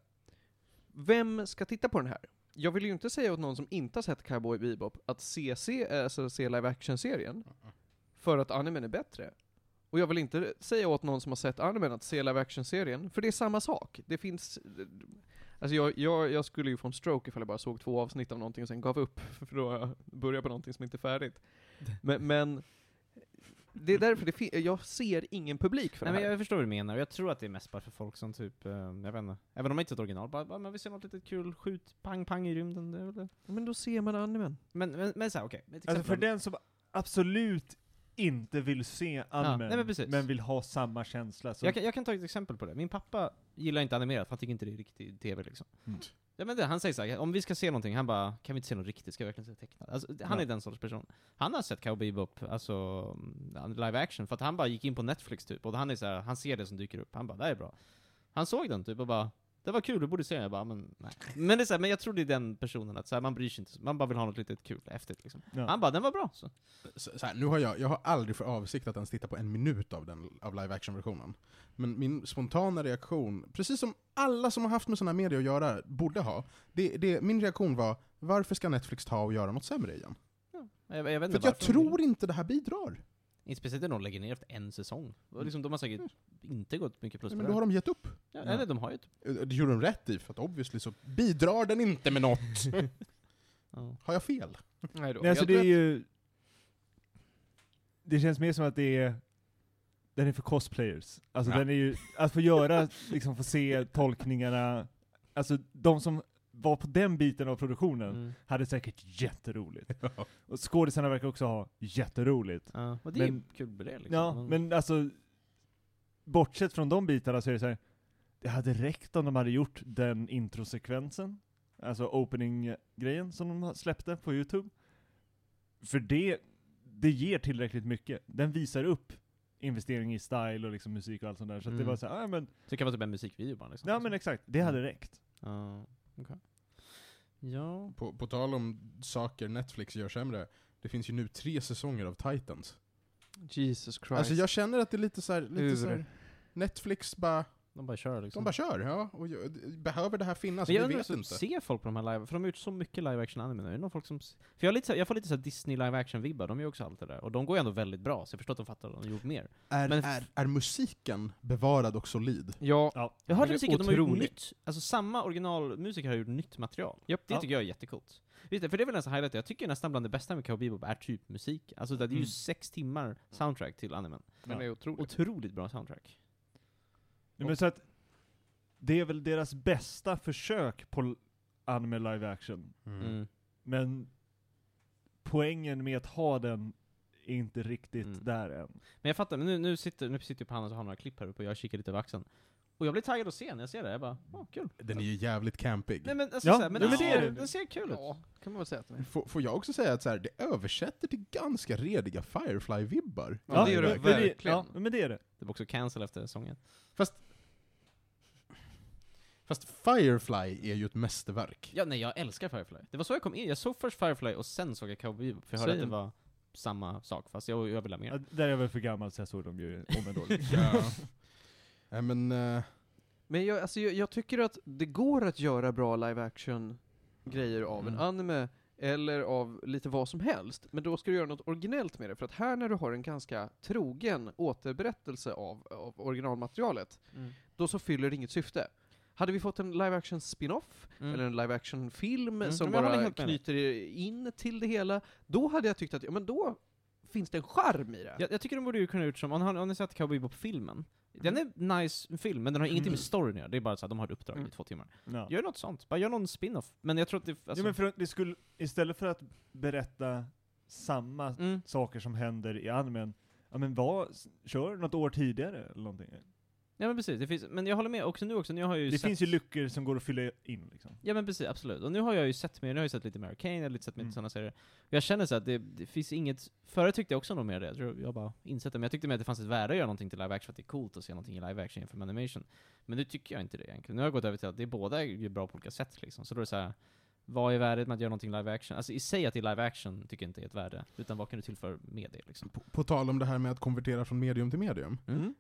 Vem ska titta på den här? Jag vill ju inte säga åt någon som inte har sett Cowboy Bebop att se live action-serien för att animen är bättre. Och jag vill inte säga åt någon som har sett animen att se live action-serien, för det är samma sak. Det finns... Alltså jag skulle ju få en stroke ifall jag bara såg 2 avsnitt av någonting och sen gav upp, för då började jag på någonting som inte är färdigt. Men det är därför jag ser ingen publik för det här. Men jag förstår vad du menar. Jag tror att det är mest bara för folk som typ, jag vet inte, även om man inte är ett original, bara man vill se något litet kul, skjut, pang i rymden. Det är väl det. Men då ser man animen. Men så här, okej. Alltså för den som absolut inte vill se animen, men vill ha samma känsla. Så. Jag kan ta ett exempel på det. Min pappa gillar inte animerat, för han tycker inte det är riktig tv liksom. Ja, men han säger så här, om vi ska se någonting, han bara, kan vi inte se något riktigt, ska jag verkligen se tecknat? Alltså, han är den sorts person. Han har sett Cowboy Bebop, alltså live action, för att han bara gick in på Netflix typ, och han är så här, han ser det som dyker upp, han bara, det är bra. Han såg den typ och bara, det var kul, du borde se den. Jag bara, men nej. Men det är så här, men jag tror det är den personen, att så här, man bryr sig inte, man bara vill ha något litet kul efter liksom. Ja. Han bara, den var bra. Så här, nu har jag har aldrig för avsikt att ens titta på 1 minut av live action-versionen. Men min spontana reaktion, precis som alla som har haft med sådana medier att göra borde ha, min reaktion var, varför ska Netflix ta och göra något sämre igen? Ja, jag vet inte, för jag tror inte det här bidrar. Inte speciellt när de lägger ner efter 1 säsong. Och liksom, de har säkert inte gått mycket plus på det. Men då har de gett upp. Ja, eller de har ju det gjorde de rätt i, för att obviously så bidrar den inte med något. Har jag fel? Nej, alltså det är ju... Det känns mer som att den är för cosplayers. Alltså den är ju... Att få göra, liksom få se tolkningarna... Alltså de som var på den biten av produktionen hade säkert jätteroligt. Och skådisarna verkar också ha jätteroligt. Ja, och det är kul med det liksom. Ja, men alltså bortsett från de bitarna så är det så här, det hade räckt om de hade gjort den introsekvensen, alltså opening-grejen som de släppte på YouTube. För det ger tillräckligt mycket. Den visar upp investering i style och liksom musik och allt sånt där. Så att det var så här, men... Så det kan vara typ en musikvideo bara liksom. Ja, men exakt. Det hade räckt. Okay. Ja. På tal om saker Netflix gör sämre, det finns ju nu 3 säsonger av Titans. Jesus Christ. Alltså jag känner att det är lite så här Netflix bara, De bara kör liksom. De bara kör, ja. Och behöver det här finnas? Men jag Vi undrar vet så, inte. ser folk på de här live, för de har gjort så mycket live action anime nu. Är det någon folk som, för jag får lite så här Disney live action vibbar, de gör också allt det där. Och de går ju ändå väldigt bra, så jag förstår att de fattar att de har gjort mer. Men Är musiken bevarad och solid? Ja, Ja. Jag hörde det är musik att de har gjort otroligt. nytt, alltså samma originalmusiker har gjort nytt material. Japp. Det Ja. tycker jag är jättecoolt. Visst, för det är väl nästan highlight, jag tycker nästan bland det bästa med Cowboy Bebop är typ musik. Alltså det är ju 6 timmar soundtrack till animen. men det är otroligt. Otroligt bra soundtrack. Nej, men så att det är väl deras bästa försök på anime live action. Mm. Men poängen med att ha den är inte riktigt Mm. där än. Men jag fattar, men nu sitter ju Panos och har några klipp här uppe och jag kikar lite över axeln. Och jag blir taggad att se när jag ser det, jag bara, kul. Den är ju jävligt campig. Nej men alltså Ja, såhär, men ja, den, men det är det. den ser kul ut. Ja, kan man väl säga att den är. Får jag också säga att så här, det översätter till ganska rediga Firefly-vibbar? Ja, det gör det men verkligen. Ja, men det är det. Det var också cancel efter sången. Fast Firefly är ju ett mästerverk. Ja, nej jag älskar Firefly. Det var så jag kom in, jag såg först Firefly och sen såg jag Cowboy Bebop, för jag hörde att det Same. var samma sak, fast jag vill ha mer. Ja, där är jag väl för gammal så jag såg dem ju om en dålig. Ja. Nej men... Men jag tycker att det går att göra bra live action grejer av en Mm. anime eller av lite vad som helst. Men då ska du göra något originellt med det. För att här när du har en ganska trogen återberättelse av originalmaterialet, då så fyller det inget syfte. Hade vi fått en live action spin-off eller en live action film som men jag håller bara helt med dig. knyter in till det hela, då hade jag tyckt att ja, men då finns det en charm i det. Jag tycker de borde ju kunna gjort som, om ni sett Cowboy Bebop-filmen. Den är nice film, men den har ingenting med storyn att göra. Det är bara så att de har ett uppdrag i 2 timmar. Ja. Gör något sånt, bara gör någon spin-off. Men jag tror att det, alltså, Ja, men för att det skulle, istället för att berätta samma mm. saker som händer i animen, ja men kör något år tidigare eller någonting. Ja men precis, det finns, men jag håller med också nu, jag har ju Det sett, finns ju luckor som går att fylla in liksom. Ja men precis, absolut. Och nu har jag ju sett mer, nu har jag sett lite American, jag har lite sett lite sådana serier. Och jag känner så att det finns inget, förut tyckte jag också nog mer det, jag tror jag bara insett det, men jag tyckte mer att det fanns ett värde att göra någonting till live action, för att det är coolt att se någonting i live action jämfört med animation. Men nu tycker jag inte det egentligen. Nu har jag gått över till att det båda är ju bra på olika sätt liksom. Så då är det så här, vad är värdet med att göra någonting live action? Alltså i sig att det är live action tycker jag inte är ett värde, utan vad kan du tillföra med det liksom? På tal om det här med att konvertera från medium till medium.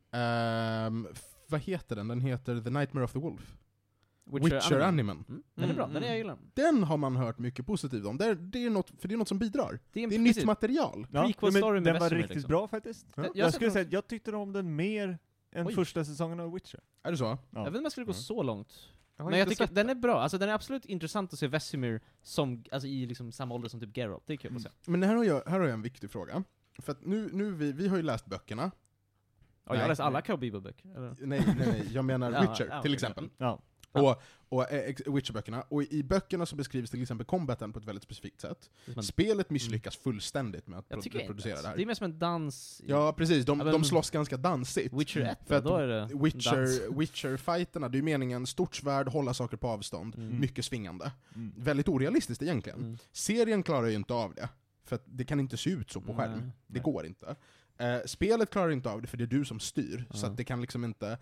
Vad heter den? Den heter The Nightmare of the Wolf. Witcher-animen. Den är bra, den är jag gillar. Den har man hört mycket positivt om. Det är något som bidrar. Det är nytt precis. material. Prequel story med den var Vesemir, riktigt liksom. bra faktiskt. Ja. Jag skulle säga att jag tyckte om den mer än Oj. första säsongen av Witcher. Är det så? Ja. Jag vet inte om jag skulle gå så långt. Jag har Men jag inte tycker sett att den är bra, alltså den är absolut intressant att se Vesemir som, alltså i liksom samma ålder som typ Geralt, det är kul att se. Men här har jag en viktig fråga. För att nu vi har ju läst böckerna. Ja, jag har Nej. läst alla Cowboy Bebop-böcker. eller? Nej, jag menar Ja, Witcher ja, till okej. exempel. Ja. Och Witcher-böckerna. Och i böckerna så beskrivs till exempel combaten på ett väldigt specifikt sätt. Det är som en- Spelet misslyckas fullständigt med att jag tycker inte producera ens. det här. Det är mer som en dans. Ja, precis. Ja, men- De slåss ganska dansigt. Witcher 1, För att då är det dans. Witcher-fighterna, det är ju meningen stort svärd, hålla saker på avstånd, mycket svingande. Väldigt orealistiskt egentligen. Mm. Serien klarar ju inte av det, för att det kan inte se ut så på Nej, skärm. Det nej. går inte. Spelet klarar inte av det, för det är du som styr, så att det kan liksom inte...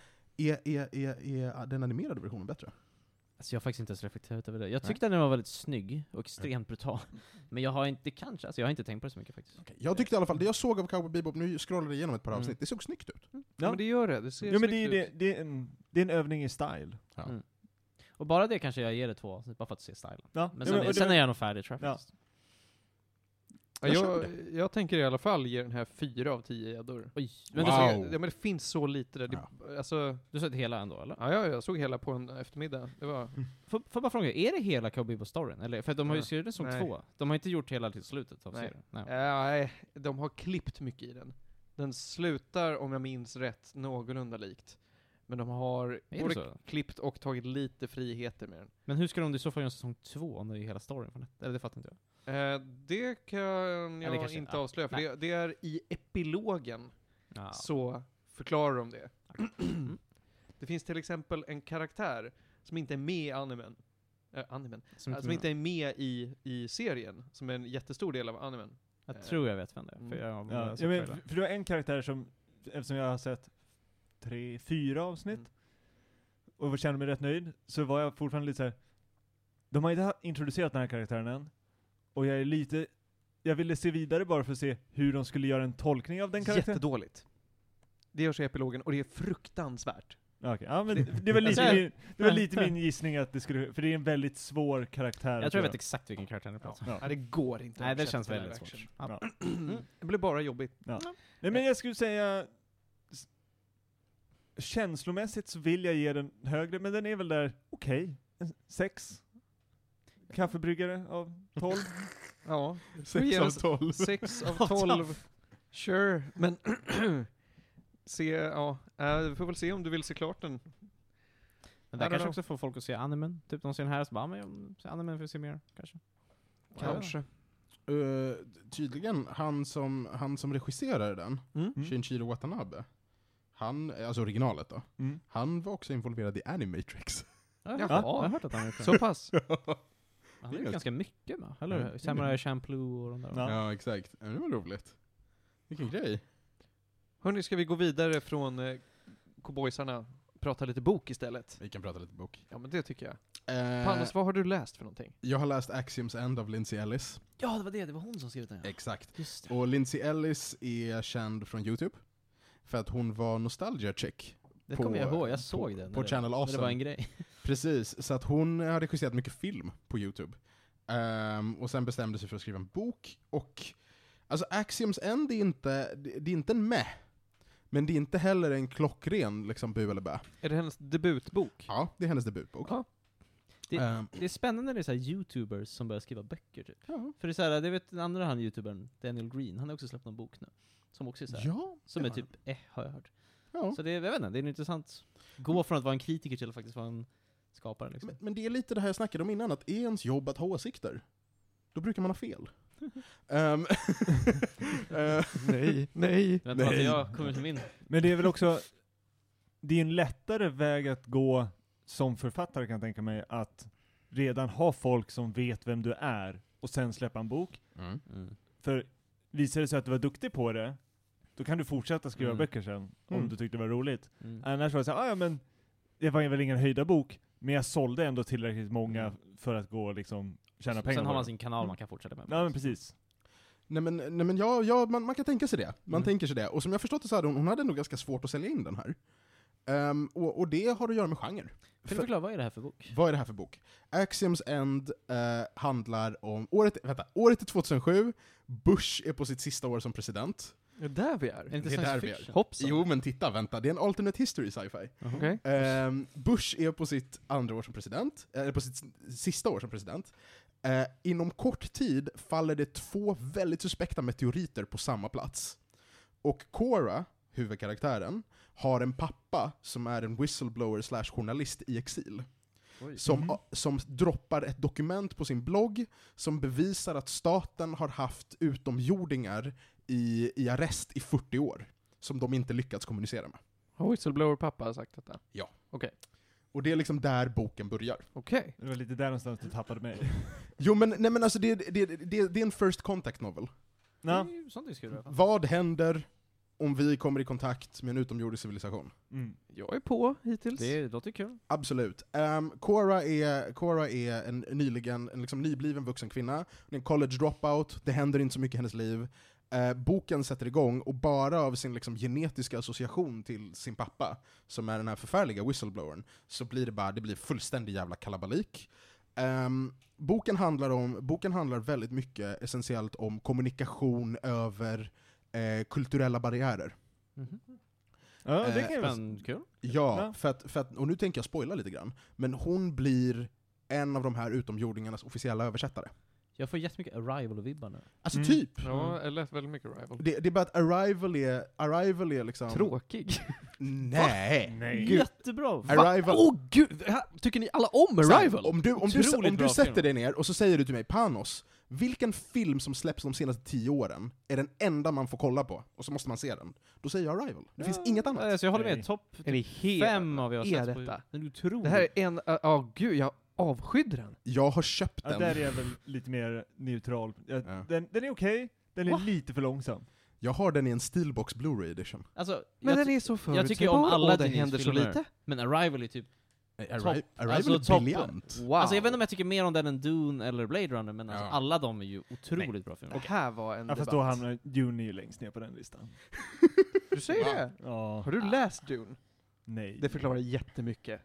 Är den animerade versionen bättre? Alltså jag har faktiskt inte ens reflekterat över det. Jag tyckte den var väldigt snygg och extremt brutal. Men jag har inte, jag har inte tänkt på det så mycket faktiskt. Okay. Jag tyckte i alla fall, det jag såg av Cowboy Bebop, nu scrollade jag igenom ett par avsnitt, det såg snyggt ut. Ja, men det gör det. Det ser Ja, men snyggt ut. det är en övning i style. Ja. Mm. Och bara det kanske jag ger det 2 avsnitt, bara för att se stylen. Ja, Men ja, sen, och sen det- är jag nog färdig tror jag Ja. faktiskt. Ja, Jag köper jag tänker i alla fall ge den här 4 av 10 gäddor. Oj, Men men Wow. ja, men det finns så lite där. Alltså, du har sett hela ändå eller? ja, jag såg hela på en eftermiddag. Det var... Får bara fråga, är det hela Cowboy Bebop-storyn? Eller, för att de har ju skrivit den som Nej. 2. De har inte gjort hela till slutet av Nej. serien. Nej. Nej, de har klippt mycket i den. Den slutar, om jag minns rätt, någorlunda likt. Men de har det både så? klippt och tagit lite friheter med den. Men hur ska de i så fall göra en säsong 2 om det är hela storyn från det? Eller det fattar inte jag. Det kan jag kanske- inte ja. avslöja, för Nej. det är i epilogen Ja. så förklarar de det. Det finns till exempel en karaktär som inte är med i animen. Som inte är med i serien, som är en jättestor del av animen. Jag tror jag vet vem det är. För jag har Ja, sett jag vet, trailer. för det var en karaktär som, eftersom jag har sett 3-4 avsnitt, och kände mig rätt nöjd, så var jag fortfarande lite så här. De har inte introducerat den här karaktären än, och jag ville se vidare bara för att se hur de skulle göra en tolkning av den karaktären. Jättedåligt. Det görs i epilogen och det är fruktansvärt. Okej, ja, men det var lite, min gissning att det skulle, för det är en väldigt svår karaktär. Jag tror jag vet exakt vilken karaktär ni pratar om. Ja. Ja, det går inte. Nej, att det översätta känns till väldigt live svårt. action. Ja. Det blir bara jobbigt. Nej, men jag skulle säga känslomässigt så vill jag ge den högre, men den är väl där okej. 6 kaffebryggare av 12. Ja, 6 av 12. 6 av 12. Sure, men vi får väl se om du vill se klart den. Men det I don't kanske know. också får folk att se animen. Typ de ser den här så bara, men jag ser animen för att se mer, kanske. Kanske. Tydligen, han som regisserar den, Shinichiro Watanabe, alltså originalet då, han var också involverad i Animatrix. Ja, Jaha. jag har hört att han är Så pass. Han har gjort ganska mycket med, eller hur? Ja. Samurai Champloo och de där. Ja. Ja, exakt. Ja, det var roligt. Vilken grej. Hörni, ska vi gå vidare från cowboysarna, prata lite bok istället? Vi kan prata lite bok. Ja, men det tycker jag. Panos, vad har du läst för någonting? Jag har läst Axiom's End av Lindsay Ellis. Ja, det var hon som skrev den. Exakt. Just det. Och Lindsay Ellis är känd från YouTube för att hon var Nostalgia Chick. Det på- kommer jag ihåg, jag såg den. på Channel Det Awesome. var en grej. Precis, så att hon har regisserat mycket film på YouTube. Och sen bestämde sig för att skriva en bok. Och alltså Axiom's End det är inte en meh. Men det är inte heller en klockren liksom bu eller bä. Är det hennes debutbok? Ja, det är hennes debutbok. Ja. Det Ehm, är spännande när det är så här YouTubers som börjar skriva böcker typ. ja. För det är så här, det vet den andra YouTubern, Daniel Green, han har också släppt en bok nu. Som också är så här, Ja, som det är har typ, har jag hört. Ja. Så det är, jag vet inte, det är intressant. Gå från att vara en kritiker till att faktiskt vara en skapare liksom. Men det är lite det här jag snackade om innan, att är ens jobb att ha åsikter, då brukar man ha fel. Nej. Vänta, Nej. jag kommer till min. Men det är väl också, det är en lättare väg att gå som författare kan jag tänka mig, att redan ha folk som vet vem du är och sen släppa en bok. För visar det sig att du var duktig på det, då kan du fortsätta skriva böcker sen, om du tyckte det var roligt. Annars var det så här, ja men det var väl ingen höjda bok, men jag sålde ändå tillräckligt många för att gå liksom tjäna pengar Sen på har man det. sin kanal man kan fortsätta med. Ja men precis. Nej men man kan tänka sig det. Man tänker sig det. Och som jag förstått det så hade hon hade nog ganska svårt att sälja in den här. Och det har att göra med genre. Kan du förklara, vad är det här för bok? Vad är det här för bok? Axiom's End handlar om... Året är 2007. Bush är på sitt sista år som president. Det är där vi Är är. det inte Det är science där vi är. fiction? Hoppsan. Jo men titta, vänta. Det är en alternate history sci-fi. Okej. Bush är på sitt andra år som president, eller på sitt sista år som president. Inom kort tid faller det 2 väldigt suspekta meteoriter på samma plats. Och Cora, huvudkaraktären, har en pappa som är en whistleblower/journalist i exil. Som droppar ett dokument på sin blogg som bevisar att staten har haft utomjordingar i arrest i 40 år. Som de inte lyckats kommunicera med. Har whistleblower pappa har sagt detta? Ja. Okej. Och det är liksom där boken börjar. Okej. Det var lite där någonstans du tappade mig. Jo men, nej, men alltså det är en first contact novel. Ja. Det är ju sånt det ska göra. Vad händer om vi kommer i kontakt med en utomjordisk civilisation? Mm. Jag är på hittills. Det låter kul. Absolut. Cora är en liksom nybliven vuxen kvinna. Hon är en college dropout, det händer inte så mycket i hennes liv. Boken sätter igång, och bara av sin liksom genetiska association till sin pappa, som är den här förfärliga whistleblowern, så blir det blir fullständig jävla kalabalik. Boken handlar väldigt mycket essentiellt om kommunikation över kulturella barriärer. Ja, det kan ju vara Men kul. Ja, för att, och nu tänker jag spoila lite grann, men hon blir en av de här utomjordingarnas officiella översättare. Jag får jättemycket Arrival-vibbar nu. Alltså typ. Ja, jag lät väldigt mycket Arrival. Det är bara att Arrival är liksom... Tråkig. Nej. Nej. Jättebra! Arrival... Gud! Tycker ni alla om Arrival? Om du Otroligt bra sätter film. dig ner och så säger du till mig, Panos, vilken film som släpps de senaste 10 åren är den enda man får kolla på, och så måste man se den. Då säger jag Arrival. Det finns inget annat. Alltså jag håller Nej. med, topp Är det 5 av jag har är sett på detta? Den är otrolig. Det här är en... gud, jag avskydde den. Jag har köpt Ja, den. där är jag väl lite mer neutral. Ja. Den är okej, den är Va? lite för långsam. Jag har den i en Steelbox Blu-ray edition. Alltså, Men jag, den är så jag tycker om förutsägbar, alla och det Denise händer så filmer. lite. men Arrival är typ... Arrival Alltså, är topp. briljant. Wow. Alltså jag vet inte om jag tycker mer om den än Dune eller Blade Runner, men alltså, Ja. alla de är ju otroligt bra filmer. Det här var en Ja, fast debatt. då hamnar Dune ju längst ner på den listan. Du säger Va? det? Ja. Har du läst Dune? Nej. Det förklarar jättemycket.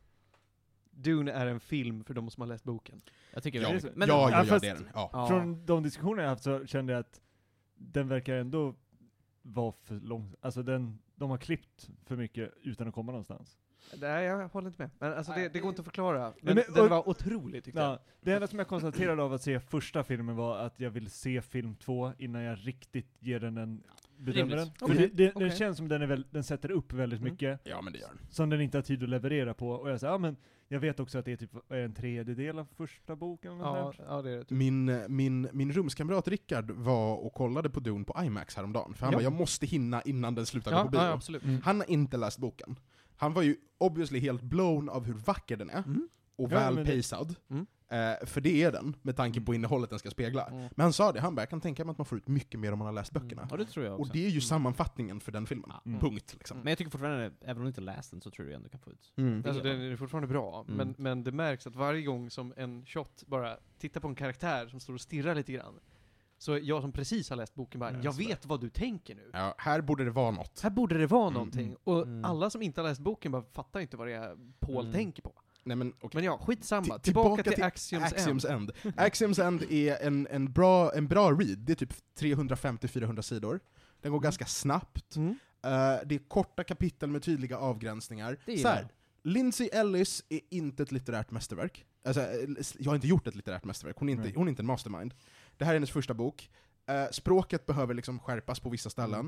Dune är en film för de som har läst boken. Jag tycker Ja, det är så. så. Men, ja, fast- det är den. Ja. ja. Från de diskussioner jag haft så kände jag att den verkar ändå vara för lång. Alltså de har klippt för mycket utan att komma någonstans. Nej, jag håller inte med. Men alltså det går inte att förklara. Men- Men den och- var otrolig tyckte jag. Ja, det enda som jag konstaterade av att se första filmen var att jag vill se film 2 innan jag riktigt ger den en bedömer den. Rimligt. För Okej, den okej. känns som den sätter upp väldigt Mm. mycket Ja, men det gör den. som den inte har tid att leverera på. Och jag sa, ja men jag vet också att det är typ en tredjedel av första boken. Eller Ja, något sånt. ja, det är det. Min rumskamrat Rickard var och kollade på Dune på IMAX häromdagen. För han Ja. bara, jag måste hinna innan den slutar gå Ja, på bio. ja, absolut. Mm. Han har inte läst boken. Han var ju obviously helt blown av hur vacker den är. Mm. Och Ja, väl men det- pacad. Mm. För det är den, med tanke på innehållet den ska spegla. Mm. Men han sa det, han bara, jag kan tänka mig att man får ut mycket mer om man har läst böckerna. Ja, det tror jag också. Och det är ju sammanfattningen för den filmen. Ja. Mm. Punkt liksom. Men jag tycker fortfarande, även om du inte läst den, så tror jag ändå kan få ut. Mm. Alltså den är fortfarande bra, Mm. men det märks att varje gång som en shot bara tittar på en karaktär som står och stirrar lite grann, så jag som precis har läst boken bara, Ja, jag så vet vad du tänker nu. Ja, här borde det vara något. Här borde det vara Mm, någonting. mm. Och Mm. alla som inte har läst boken bara fattar inte vad det är Paul Mm. tänker på. Nej, men, okej. Men ja, skitsamma. Ti- Tillbaka till Axiom's End. Axiom's End är en bra read. Det är typ 350-400 sidor. Den går ganska snabbt. Mm. Det är korta kapitel med tydliga avgränsningar. Det Så gillar här, Lindsay Ellis är inte ett litterärt mästerverk. Alltså, jag har inte gjort ett litterärt mästerverk. Hon är inte en mastermind. Det här är hennes första bok. Språket behöver liksom skärpas på vissa ställen.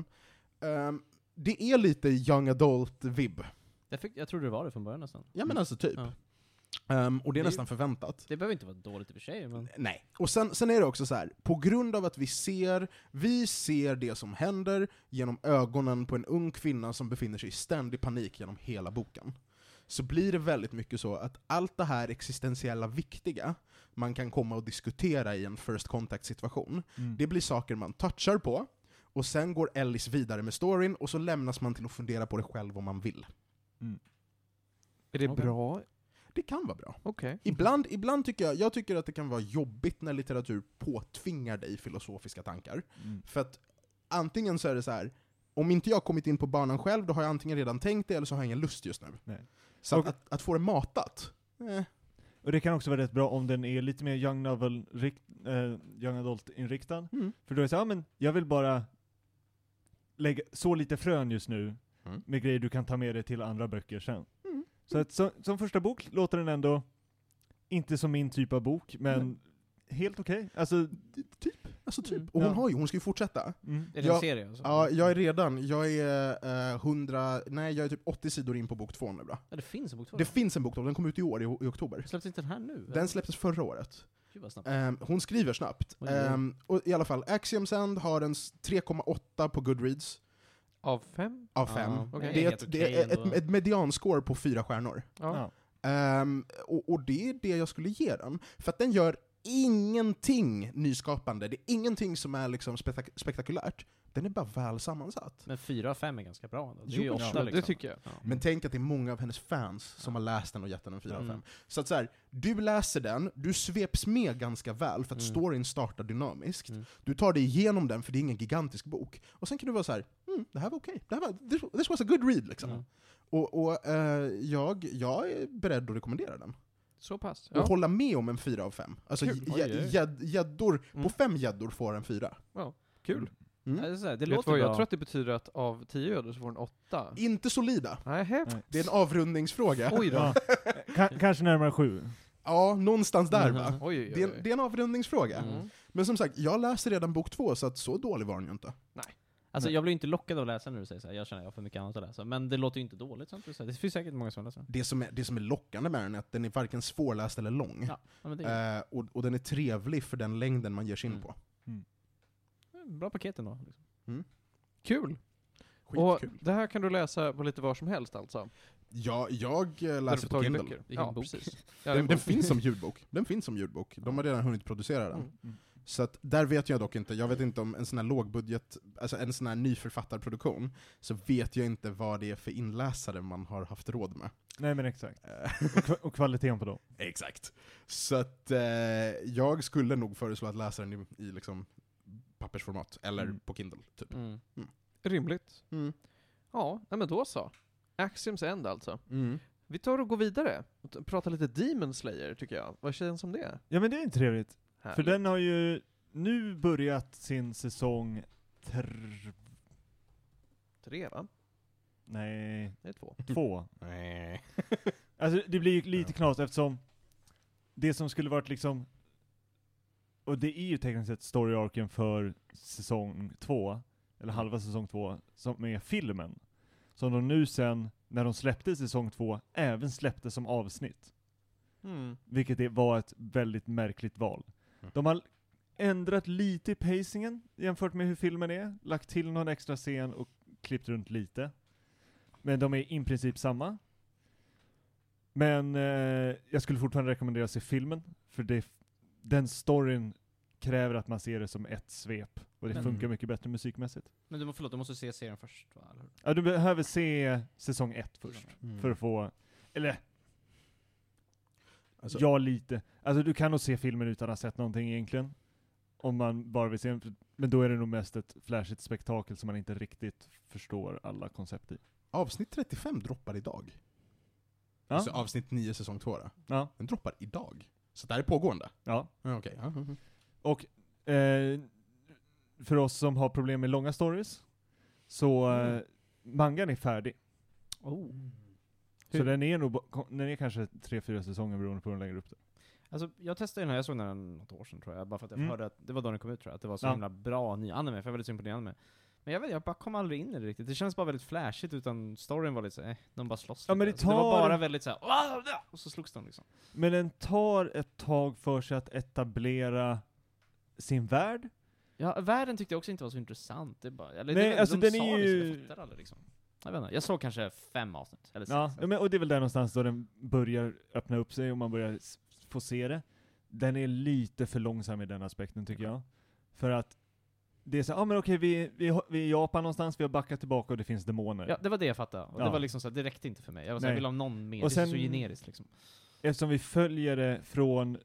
Det är lite young adult-vibb. Jag trodde det var det från början nästan. Ja, men alltså typ. Ja. Och det är Det är- nästan förväntat. Det behöver inte vara dåligt i och för sig, men... Nej. Och sen är det också så här, på grund av att vi ser det som händer genom ögonen på en ung kvinna som befinner sig i ständig panik genom hela boken, så blir det väldigt mycket så att allt det här existentiella viktiga man kan komma och diskutera i en first contact-situation, Mm. det blir saker man touchar på, och sen går Ellis vidare med storyn, och så lämnas man till att fundera på det själv om man vill. Är det Okej. bra? Det kan vara bra. Okej. Ibland tycker jag tycker att det kan vara jobbigt när litteratur påtvingar dig filosofiska tankar. Mm. För att antingen så är det så här, om inte jag kommit in på banan själv, då har jag antingen redan tänkt det, eller så har jag ingen lust just nu. Nej. Så Och- att få det matat, Och det kan också vara rätt bra om den är lite mer young adult-inriktad. För då är det så, ja men jag vill bara så lite frön just nu Mm. med grejer du kan ta med dig till andra böcker sen. Mm. Så att som första bok låter den ändå inte som min typ av bok, men helt okej. Alltså, Alltså typ. Mm. Och hon Ja. hon ska ju fortsätta. mm. Är det Ja, en serie? Alltså? Ja, jag är typ 80 sidor in på bok 2 nu då. Ja, det finns en bok 2. Det finns en bok 2, den kom ut i år, i oktober. Släpps inte den här nu? Den släpptes förra året. Gud vad snabbt. Hon skriver snabbt. Oj, oj. Och i alla fall, Axiom's End har en 3,8 på Goodreads Av 5? av 5. Ja, okej. Det är, helt det okej är ändå. ett medianscore på 4 stjärnor. Ja. Ja. Och det är det jag skulle ge den. För att den gör ingenting nyskapande, det är ingenting som är liksom spektakulärt. Den är bara väl sammansatt. Men 4 av 5 är ganska bra ändå. Det är Jo, ju men 8 det liksom. tycker jag. Ja. Men tänk att det är många av hennes fans som har läst den och gett den en 4 av 5. Mm. Så att så här, du läser den, du sveps med ganska väl för att Mm. storyn startar dynamiskt. Mm. Du tar dig igenom den för det är ingen gigantisk bok. Och sen kan du vara så här, det här var okej. This was a good read liksom. Mm. Och jag är beredd att rekommendera den. Så pass. Och Ja. hålla med om en 4 av 5. Alltså Kul. Oj, oj. gäddor, Mm. på 5 gäddor får en 4. Kul. Mm. Ja, det är så här, det Vet låter vad, bra. jag tror att det betyder att av 10 ödor så får den 8. Inte solida. Nähä. Nej. Det är en avrundningsfråga. Oj då. Ja. Kanske närmare 7. Ja, någonstans där Mhm. va. Oj, oj, Det oj. är en avrundningsfråga. Mm. Men som sagt, jag läser redan bok 2, så att så dålig var den ju inte. Alltså jag blir inte lockad att läsa när du säger så här. Jag känner att jag har för mycket annat att läsa. Men det låter ju inte dåligt, sant? Det finns säkert många som läser den. Det som är lockande med den är att den är varken svårläst eller lång. Ja, men det är Och den är trevlig för den längden man ger sig in Mm. på. bra paket ändå. Liksom. Kul. Och Skitkul. det här kan du läsa på lite var som helst alltså? Ja, jag Där du läser får på tag i Kindle. böcker. Vilken Ja, bok? precis. Ja, det är Den bok. finns som ljudbok. Den finns som ljudbok. De har redan hunnit producera den. Mm. Så att där vet jag dock inte, jag vet inte om en sån här lågbudget, alltså en sån här ny författarproduktion, så vet jag inte vad det är för inläsare man har haft råd med. Nej men exakt. Eh, Och kvaliteten på dem. Exakt. Så att jag skulle nog föreslå att läsa den i liksom pappersformat, eller Mm. på Kindle, typ. Mm. Rimligt. Ja, nej men då så. Axiom's End alltså. Mm. Vi tar och går vidare och pratar lite Demon Slayer tycker jag. Vad känns som det? Ja men det är ju trevligt. Härligt. För den har ju nu börjat sin säsong 3 va? Nej, Det är 2. 2. Nej. Alltså det blir ju lite knas eftersom det som skulle varit liksom, och det är ju tekniskt sett story-arken för säsong 2, eller halva säsong 2, som är filmen. Som de nu sen, när de släppte säsong 2, även släppte som avsnitt. Vilket var ett väldigt märkligt val. De har ändrat lite i pacingen jämfört med hur filmen är, lagt till någon extra scen och klippt runt lite. Men de är i princip samma. Men jag skulle fortfarande rekommendera att se filmen, för den storyn kräver att man ser det som ett svep. Och det Men- funkar mycket bättre musikmässigt. Men du måste se serien först, va? Eller hur? Ja, du behöver se säsong 1 först. Mm. För att få, eller Alltså, ja, lite. Alltså du kan nog se filmen utan att ha sett någonting egentligen. Om man bara vill se den. Men då är det nog mest ett flashigt spektakel som man inte riktigt förstår alla koncept i. avsnitt 35 droppar idag. Ja, Alltså avsnitt 9 säsong 2 då. ja, Den droppar idag. Så det här är pågående. ja. Ja, okej. Ja. Och för oss som har problem med långa stories, så mangan är färdig. Oh. Så Hur- den är nog, den är kanske 3-4 säsonger beroende på hur de lägger upp det. Alltså, jag testade den här, jag såg den något år sedan tror jag, bara för att jag hörde att det var då den kom ut tror jag, att det var så Ja. himla bra ny anime, för jag var väldigt imponerad med. Men jag bara kom aldrig in i det riktigt. Det känns bara väldigt flashigt, utan storyn var lite så, de bara slåss Ja, men lite. det Så det var tar- bara väldigt såhär, och så slogs de liksom. Men den tar ett tag för sig att etablera sin värld. Ja, världen tyckte jag också inte var så intressant. Det är bara, eller Nej, det, alltså de den sa är det, så ju- jag fattar aldrig liksom. Jag vet inte, jag såg kanske 5 avsnitt, eller 6. Ja, men, och det är väl där någonstans då den börjar öppna upp sig och man börjar få se det. Den är lite för långsam i den aspekten tycker jag. För att det är så, men okej, vi är i Japan någonstans, vi har backat tillbaka och det finns demoner. Ja, det var det jag fattade. Och Ja. det var liksom så här, det räckte inte för mig. Jag var så här, Nej. jag vill ha någon mer, Och det är så sen- generiskt liksom. Eftersom vi följer det från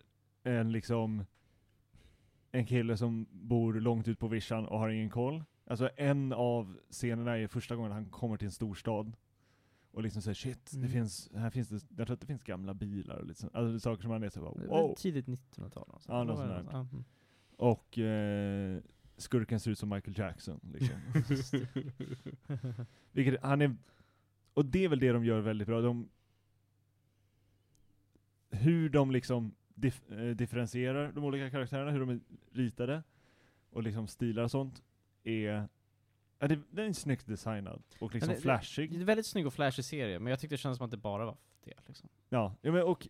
en kille som bor långt ut på vischan och har ingen koll. Alltså en av scenerna är första gången han kommer till en storstad. Och liksom säger shit, Mm. här finns det, jag tror att det finns gamla bilar och lite sånt. Alltså saker som man är så bara, Det var wow. tidigt 1900-tal. Alltså. Ja, något Vad var sånt det? där. Ja, mm. Och skurken ser ut som Michael Jackson liksom. Vilket han är, och det är väl det de gör väldigt bra. Hur de liksom differentierar de olika karaktärerna, hur de är ritade och liksom stilar och sånt är, ja, det är snyggt designad och liksom Men det- flashig. Det är en väldigt snygg och flashig serie, men jag tyckte det kändes som att det bara var det liksom. Ja, men och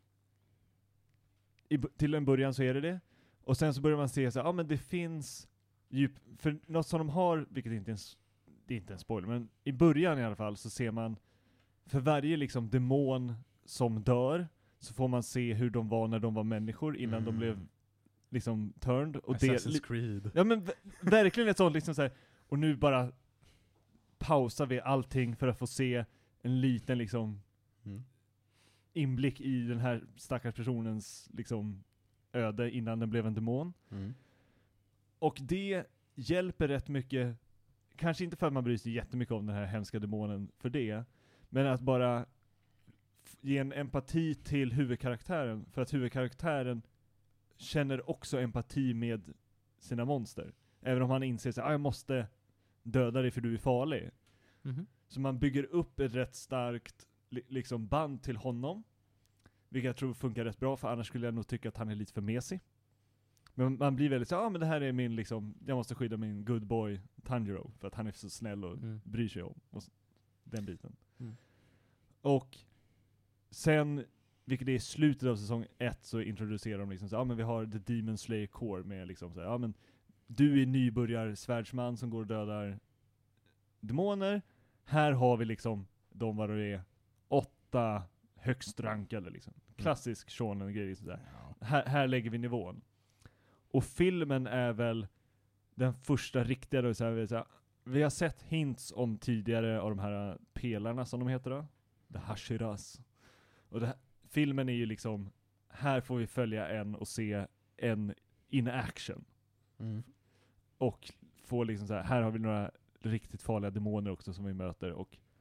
till en början så är det. Och sen så börjar man se så men det finns djup, för något som de har, vilket inte är det är inte en spoiler, men i början i alla fall så ser man för varje liksom demon som dör så får man se hur de var när de var människor innan de blev liksom turned. Och Assassin's Creed. ja men verkligen ett sånt liksom så här, och nu bara pausar vi allting för att få se en liten liksom Mm. inblick i den här stackars personens liksom öde innan den blev en demon. Mm. Och det hjälper rätt mycket, kanske inte för att man bryr sig jättemycket om den här hemska demonen för det, men att bara ge en empati till huvudkaraktären, för att huvudkaraktären känner också empati med sina monster. Även om han inser att jag måste döda dig för du är farlig. Mhm. Så man bygger upp ett rätt starkt liksom band till honom. Vilket jag tror funkar rätt bra, för annars skulle jag nog tycka att han är lite för mesig. Men man blir väldigt så, men det här är min liksom, jag måste skydda min good boy Tanjiro, för att han är så snäll och bryr sig om den biten. Mm. Och sen, vilket är i slutet av säsong 1, så introducerar de liksom så, men vi har The Demon Slayer Core med liksom så, men du är nybörjar svärdsman som går och dödar demoner. Här har vi liksom de vad det är 8 högst rankade liksom. Klassisk shonen-grej liksom så här. Här lägger vi nivån. Och filmen är väl den första riktiga då, så här, vi har sett hints om tidigare av de här pelarna som de heter då. The Hashiras. Och filmen är ju liksom, här får vi följa en och se en in action. Mm. Och få liksom så här har vi några riktigt farliga demoner också som vi möter, och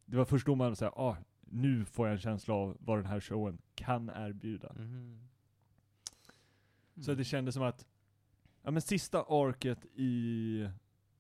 det var först då man sa, nu får jag en känsla av vad den här showen kan erbjuda. Så det kändes som att men sista arket i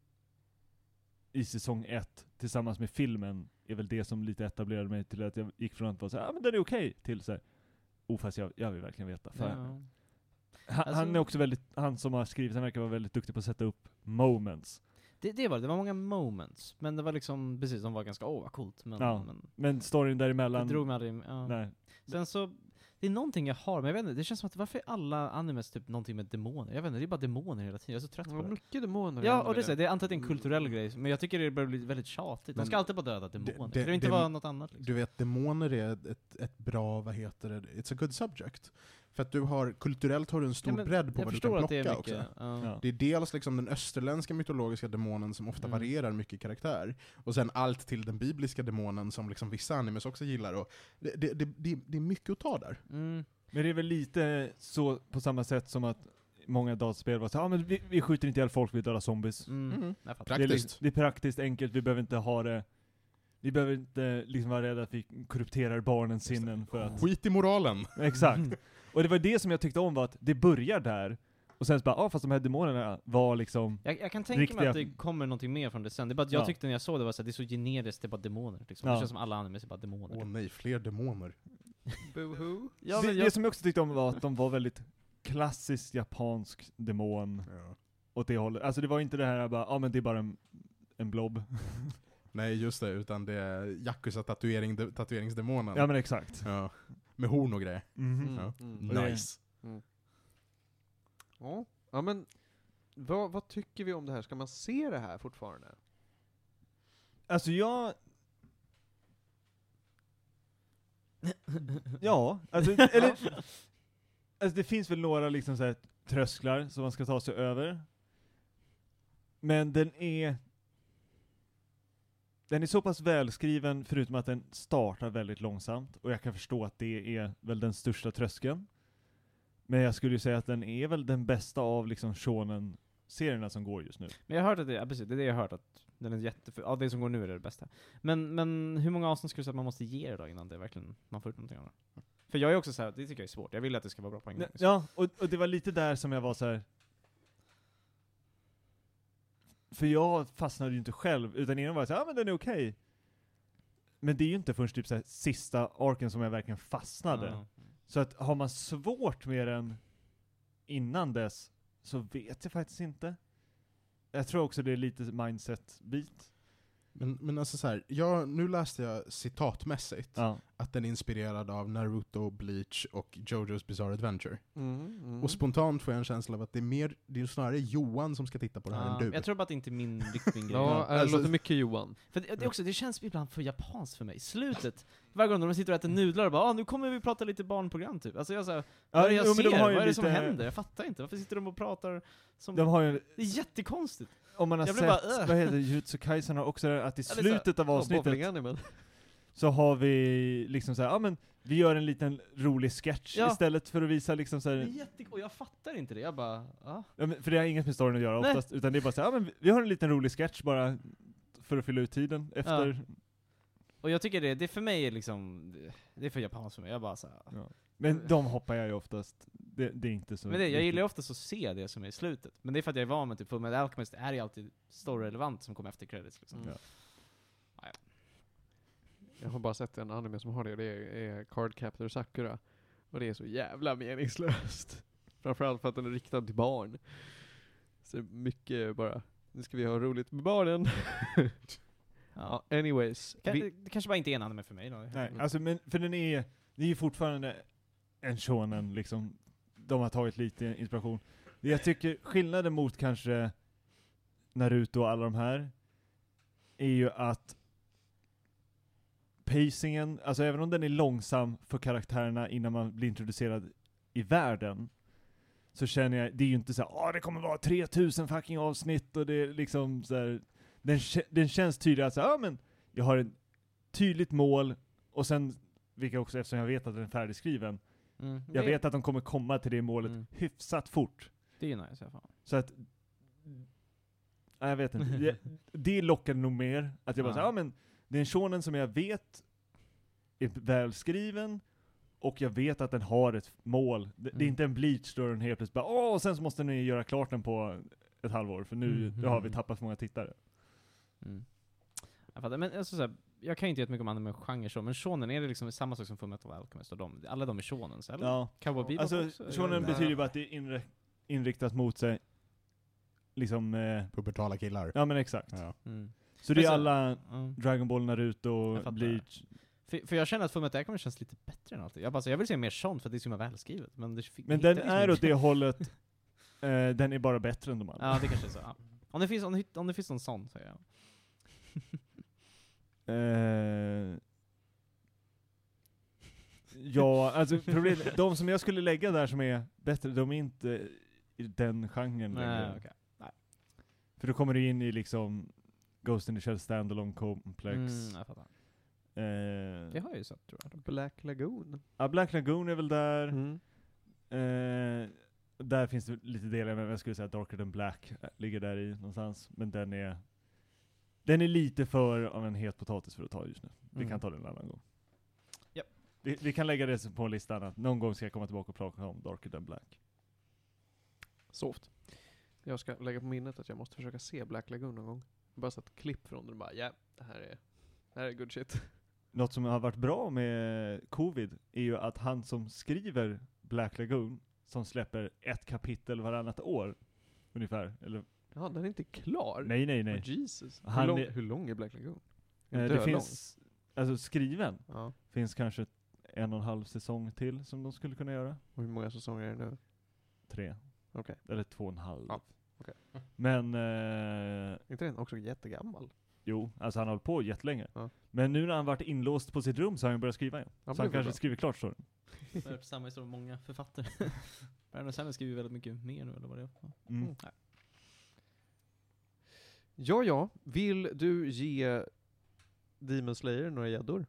säsong 1 tillsammans med filmen är väl det som lite etablerade mig till att jag gick från att vara så här, men det är okej, till så här, fast jag vill verkligen veta. För han är också han som har skrivit den verkar vara väldigt duktig på att sätta upp moments. Det var många moments, men det var liksom, precis, de var ganska, vad coolt. Men storyn däremellan... Det drog mig aldrig, Nej. Sen så, det är någonting jag har, men jag vet inte, det känns som att varför är alla animes typ någonting med demoner? Jag vet inte, det är bara demoner hela tiden, jag är så trött på det. Mycket demoner. Ja, och det är antar att det är en kulturell grej, men jag tycker det börjar bli väldigt tjatigt. De ska alltid bara döda demoner. Det inte vara något annat liksom. Du vet, demoner är ett bra, it's a good subject. För att kulturellt har du en stor bredd på vad du kan plocka också. Det är dels liksom den österländska mytologiska demonen som ofta varierar mycket i karaktär. Och sen allt till den bibliska demonen som liksom vissa animes också gillar. Och det är mycket att ta där. Men det är väl lite så på samma sätt som att många dataspel var så men vi skjuter inte ihjäl folk, vi dödar zombies. Praktiskt. Det är praktiskt enkelt, vi behöver inte ha det. Vi behöver inte liksom vara rädda att vi korrupterar barnens sinnen för att... Skit i moralen! Exakt. Och det var det som jag tyckte om, var att det börjar där. Och sen så bara, fast de här demonerna var liksom... Jag kan tänka mig att det kommer någonting mer från det sen. Det är bara att jag tyckte när jag såg det var så att det är så generiskt, det är bara demoner. Liksom. Det känns som alla animes är bara demoner. Nej, fler demoner. Boohoo. Det som jag också tyckte om var att de var väldigt klassisk japansk demon. Åt det hållet. Alltså det var inte det här bara, men det är bara en blob. Nej, just det, utan det är Yakuza tatueringsdemonen. Ja, men exakt. Ja. Med horn och grejer. Nice. Ja, men vad tycker vi om det här? Ska man se det här fortfarande? Alltså ja, alltså, alltså det finns väl några liksom så här trösklar som man ska ta sig över. Men den är så pass välskriven, förutom att den startar väldigt långsamt. Och jag kan förstå att det är väl den största tröskeln. Men jag skulle ju säga att den är väl den bästa av liksom shonen-serierna som går just nu. Men jag har hört att det är det jag har hört, att den är det som går nu är det bästa. Men hur många avsnitt skulle du säga att man måste ge det då innan det verkligen man får ut någonting av det? För jag är också så här, det tycker jag är svårt. Jag vill att det ska vara bra på en gång. Ja, och det var lite där som jag var så här. För jag fastnade ju inte själv, utan innan var jag så här, men den är okej. Men det är ju inte först typ så här, sista arken som jag verkligen fastnade. Så att har man svårt med den innan dess, så vet jag faktiskt inte. Jag tror också det är lite mindset-bit. Men alltså så här, nu läste jag citatmässigt att den är inspirerad av Naruto, Bleach och JoJo's Bizarre Adventure. Och spontant får jag en känsla av att det är snarare Johan som ska titta på det här än du. Jag tror bara att det inte är min grej. Det låter mycket Johan. För det känns ibland för japanskt för mig. Slutet, varje gång de sitter och äter nudlar och bara, nu kommer vi prata lite barnprogram typ. Alltså jag så här, vad är det som händer? Jag fattar inte. Varför sitter de och pratar som... Det är jättekonstigt. Om man har sett, vad heter Jujutsu Kaisen har också att i slutet av avsnittet så har vi liksom så här, men vi gör en liten rolig sketch istället för att visa liksom så här. Och jag fattar inte det. Jag bara, men för det har inget med storyn att göra oftast, utan det är bara så här, men vi har en liten rolig sketch bara för att fylla ut tiden efter. Och jag tycker det för mig är liksom, det är för japanskt för mig. Jag bara så här, Men de hoppar jag ju oftast. Det är inte så. Men jag gillar ju oftast att se det som är i slutet. Men det är för att jag är van med typ, för med Alchemist är det alltid story-relevant som kommer efter credits liksom. Jag har bara sett en anime som har det är Cardcaptor Sakura. Och det är så jävla meningslöst. Framförallt för att den är riktad till barn. Så mycket bara, nu ska vi ha roligt med barnen. Anyways. Det kanske bara inte är en anime för mig då. Nej, alltså men för det är ju fortfarande en shonen liksom. De har tagit lite inspiration. Jag tycker skillnaden mot kanske Naruto och alla de här är ju att pacingen, alltså även om den är långsam för karaktärerna innan man blir introducerad i världen, så känner jag, det är ju inte så här, det kommer vara 3000 fucking avsnitt och det är liksom så här, den känns tydlig att så, men jag har ett tydligt mål och sen, vilka också eftersom jag vet att den är färdigskriven, jag vet att de kommer komma till det målet hyfsat fort. Det är ju nice i alla fall. Så att jag vet inte. Det lockar nog mer att jag bara så men Det är en shonen som jag vet är välskriven, och jag vet att den har ett mål. Det är inte en Bleach då den helt plötsligt bara, och sen så måste ni göra klart den på ett halvår, för nu har vi tappat för många tittare. Jag fattar, men alltså, så här, jag kan inte jättemycket om anime-genre så, men shonen, är det liksom samma sak som Fullmetal Alchemist och alla de är shonen, så, eller? Ja. Cowboy Bebop Alltså, också? shonen Nej. betyder ju bara att det är inriktat mot sig, liksom, Pubertala killar. ja men exakt. Ja. Så det är Men så- alla Ja. Dragon Ball, Naruto, Jag fattar. Bleach. För jag känner att Fullmetal Alchemist känns lite bättre än alltid. Jag vill se mer sånt för att det är så himla välskrivet. Men, Men den är åt det hållet, den är bara bättre än de andra. Ja, det kanske är så. Ja. Om det finns någon sån, säger jag. Ja, alltså problemet, de som jag skulle lägga där som är bättre, de är inte i den genren längre. okej. För då kommer du in i liksom Ghost in the Shell Standalone Complex. Jag fattar. Eh, Det har jag ju sett, tror jag. Black Lagoon. ja, Black Lagoon är väl där. Mm. Där finns det lite delar, men jag skulle säga Darker Than Black ligger där i någonstans. Men den är lite för av en het potatis för att ta just nu. Vi kan ta den en annan gång. Japp. Vi kan lägga det på listan att någon gång ska jag komma tillbaka och prata om Darker Than Black. Soft. Jag ska lägga på minnet att jag måste försöka se Black Lagoon någon gång. Bara så ett klipp från den och bara, ja, det här är good shit. Något som har varit bra med covid är ju att han som skriver Black Lagoon, som släpper ett kapitel varannat år ungefär, eller Ja, den är inte klar. nej. Oh, Jesus. Han Hur lång är Black Lagoon? Det finns, alltså skriven, Ja. finns kanske 1,5 säsong till som de skulle kunna göra. Och hur många säsonger är det nu? 3. Okej. Eller 2,5. Ja, okej. Men, Inte den också jättegammal? jo, alltså han har hållit på jättelänge. Ja. Men nu när han varit inlåst på sitt rum så har han börjat skriva igen. Ja, så men han det var kanske bra. skriver klart storyn. Det är samma historia med många författare. Brandon Sanderson skriver väldigt mycket mer nu, eller vad det är. Ja. Mm. Ja. Vill du ge Demon Slayer några gäddor?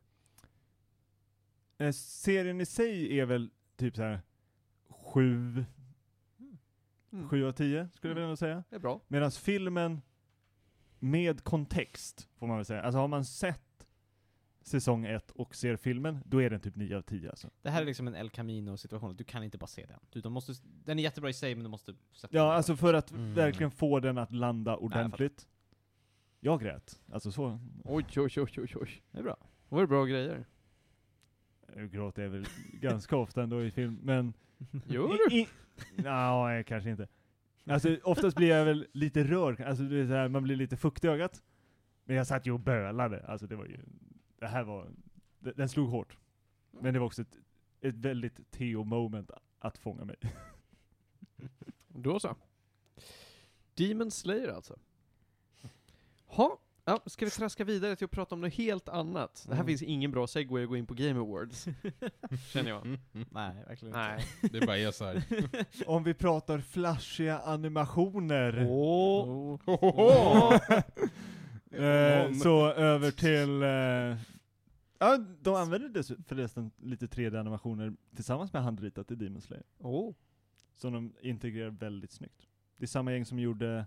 Serien i sig är väl typ så här 7 av 10 skulle jag vilja säga. Det är bra. Medan filmen med kontext får man väl säga. Alltså har man sett säsong 1 och ser filmen, då är den typ 9 av 10 alltså. Det här är liksom en El Camino-situation. Du kan inte bara se den. Den är jättebra i sig, men du måste sätta Ja, den. alltså för att verkligen få den att landa jag ordentligt. Jag grät. Alltså så. Oj. Det är bra. Det var bra grejer. Jag gråter väl ganska ofta ändå i film, men Gör du? Nej, kanske inte. Alltså oftast blir jag väl lite rörd, alltså det är så här, man blir lite fuktig i ögat. Men jag satt ju och bölade, alltså det var ju, den slog hårt. Men det var också ett väldigt Theo-moment att fånga mig. Då så. Demon Slayer alltså. Ja, ska vi traska vidare till att prata om något helt annat? Det här finns ingen bra segway att gå in på Game Awards. Känner jag. Nej, verkligen Nej. Det bara är så här. Om vi pratar flashiga animationer. Så över till... ja, de använder förresten lite 3D-animationer tillsammans med handritat i Demon Slayer. Som de integrerar väldigt snyggt. Det är samma gäng som gjorde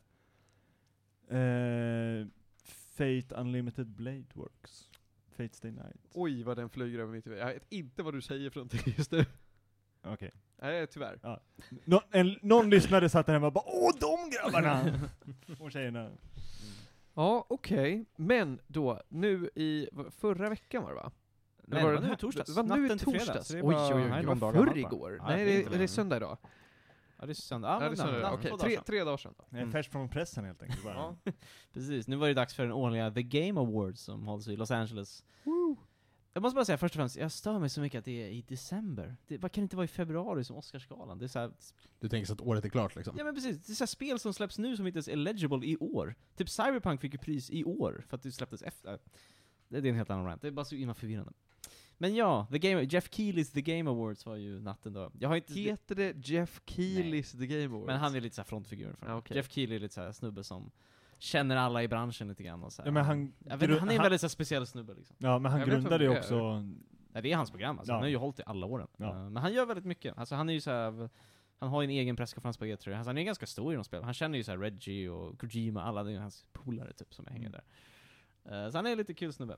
Fate Unlimited Blade Works. Fate Stay Night. Oj, vad den flyger över mitt huvud. Jag vet inte vad du säger för någonting just nu. Okej. Nej, tyvärr. Någon lyssnare satt där hemma och bara åh, de grabbarna! Och tjejerna. Ja, okej. Men då, nu i förra veckan var det va? Nej, det var nu i torsdags. Det var nu i Natten till fredag, torsdags. så det är Oj, bara- oj, nej, oj. Det någon var dag förr gammalt, igår. va? Nej, det är det inte är det. söndag idag. Ja, det är söndag. Ja, det är söndag. Okej, 3 dagar sedan då. Färskt från pressen helt enkelt. Bara. Ja. Precis, nu var det dags för den årliga The Game Awards som hålls i Los Angeles. Jag måste bara säga först och främst, jag stör mig så mycket att det är i december. Vad kan det inte vara i februari som Oscarsgalan? Det är så här, Du tänker så att året är klart liksom? ja men precis, det är så här spel som släpps nu som inte ens är eligible i år. Typ Cyberpunk fick ju pris i år för att det släpptes efter. Det är en helt annan rant, det är bara så himla förvirrande. Men ja, Jeff Keelys The Game Awards var ju natten då. Jag har inte... Heter det Jeff Keelys The Game Awards? Men han är lite så här frontfigur för Ja, okej. Jeff Keely är lite så här snubbe som känner alla i branschen lite grann och så här. Ja, men han han är en väldigt så här speciell snubbe liksom. Ja, men han Jag vet grundade ju vem det också... Nej, det är hans program alltså. Ja. Han har ju hållit i alla åren. Ja. Men han gör väldigt mycket. Alltså han är ju så här, han har ju en egen presskonferens på E3. Alltså, han är ganska stor i de spel. Han känner ju så här Reggie och Kojima, alla det är ju hans polare typ som hänger där. Så han är lite kul snubbe.